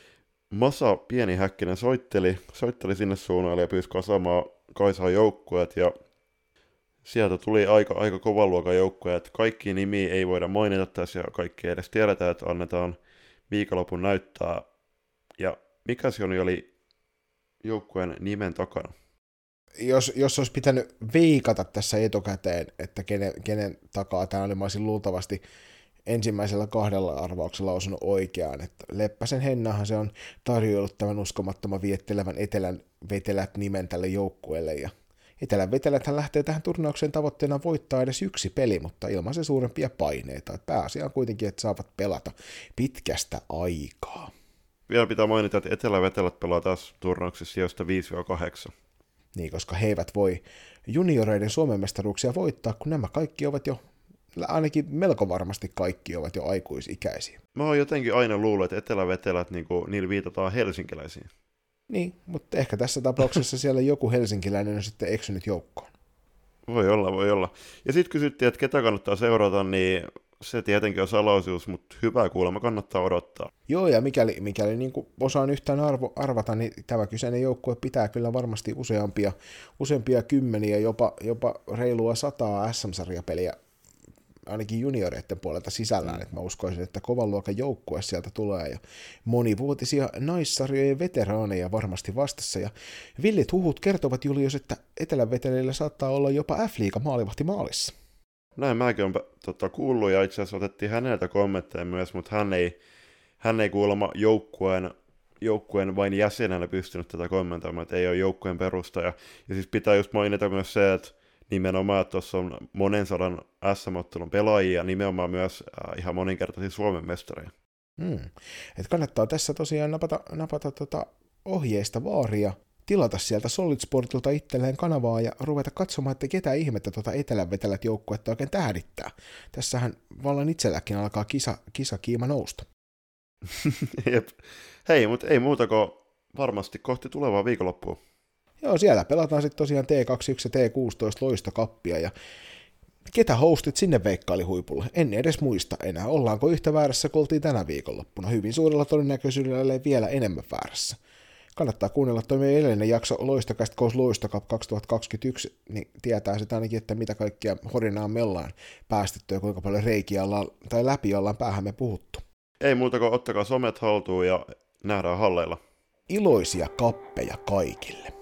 Masa Pieni Häkkinen soitteli, soitteli sinne suunnalle ja pyysi kasaamaan Kaisaan joukkueet, ja sieltä tuli aika, aika kovan luokan joukkoja, että kaikki nimiä ei voida mainita tässä ja kaikki ei edes tiedetä, että annetaan viikonlopun näyttää. Ja mikä se oli joukkueen nimen takana? Jos, jos olisi pitänyt veikata tässä etukäteen, että kenen, kenen takaa tämä oli, mä olisin luultavasti ensimmäisellä kahdella arvauksella osunut oikeaan. Että Leppäsen Hennahan se on tarjoillut tämän uskomattoman viettelevän Etelän Vetelät nimen tälle joukkueelle, ja Etelän Veteläthän lähtee tähän turnaukseen tavoitteena voittaa edes yksi peli, mutta ilman se suurempia paineita. Pääasia on kuitenkin, että saavat pelata pitkästä aikaa. Vielä pitää mainita, että Etelän Vetelät pelaa tässä turnauksessa sijoista viisi kahdeksan. Niin, koska he eivät voi junioreiden Suomen mestaruuksia voittaa, kun nämä kaikki ovat jo, ainakin melko varmasti kaikki ovat jo aikuisikäisiä. Mä oon jotenkin aina luullut, että Etelän Vetelät, niin kuin, niillä viitataan helsinkiläisiin. Niin, mutta ehkä tässä tapauksessa siellä joku helsinkiläinen on sitten eksynyt joukkoon. Voi olla, voi olla. Ja sitten kysyttiin, että ketä kannattaa seurata, niin se tietenkin on salaisuus, mutta hyvää kuulemma kannattaa odottaa. Joo, ja mikäli, mikäli niin kuin osaan yhtään arvo, arvata, niin tämä kyseinen joukkue pitää kyllä varmasti useampia, useampia kymmeniä, jopa, jopa reilua sataa S M-sarjapeliä ainakin junioreiden puolelta sisällään, mm. että mä uskoisin, että kovan luokan joukkue sieltä tulee ja monivuotisia naissarjojen veteraaneja varmasti vastassa. Ja villit huhut kertovat, Julius, että Etelänveteleillä saattaa olla jopa F-liiga maalivahti maalissa. Näin mäkin olen tota, kuullut ja itse asiassa otettiin häneltä kommentteja myös, mutta hän ei, hän ei kuulemma joukkueen, joukkueen vain jäsenenä pystynyt tätä kommentoimaan, että ei ole joukkueen perustaja. Ja siis pitää just mainita myös se, että nimenomaan että tuossa on monen sadan S M-ottelun pelaajia, nimenomaan myös äh, ihan moninkertaisia Suomen mestareja. Hmm. Et kannattaa tässä tosiaan napata, napata tota ohjeista vaaria, tilata sieltä Solid Sportilta itselleen kanavaa ja ruveta katsomaan, että ketä ihmettä tuota Etelänvetelät joukkuetta oikein tähdittää. Tässähän vallan itselläkin alkaa kisa, kisakiima nousta. Jep. Hei, mutta ei muuta kuin varmasti kohti tulevaa viikonloppua. Joo, siellä pelataan sitten tosiaan T kaksikymmentäyksi ja T kuusitoista loistokappia ja ketä hostit sinne veikkaili huipulle? En edes muista enää. Ollaanko yhtä väärässä kuin oltiin tänä viikonloppuna? Hyvin suurella todennäköisyydellä vielä enemmän väärässä. Kannattaa kuunnella tuo meidän edellinen jakso Loistokast Goes Loistokap kaksituhattakaksikymmentäyksi, niin tietää sitä ainakin, että mitä kaikkia horinaa me ollaan päästetty ja kuinka paljon reikiä ollaan, tai läpi ollaan päähän me puhuttu. Ei muuta kuin ottakaa somet haltuun ja nähdään halleilla. Iloisia kappeja kaikille.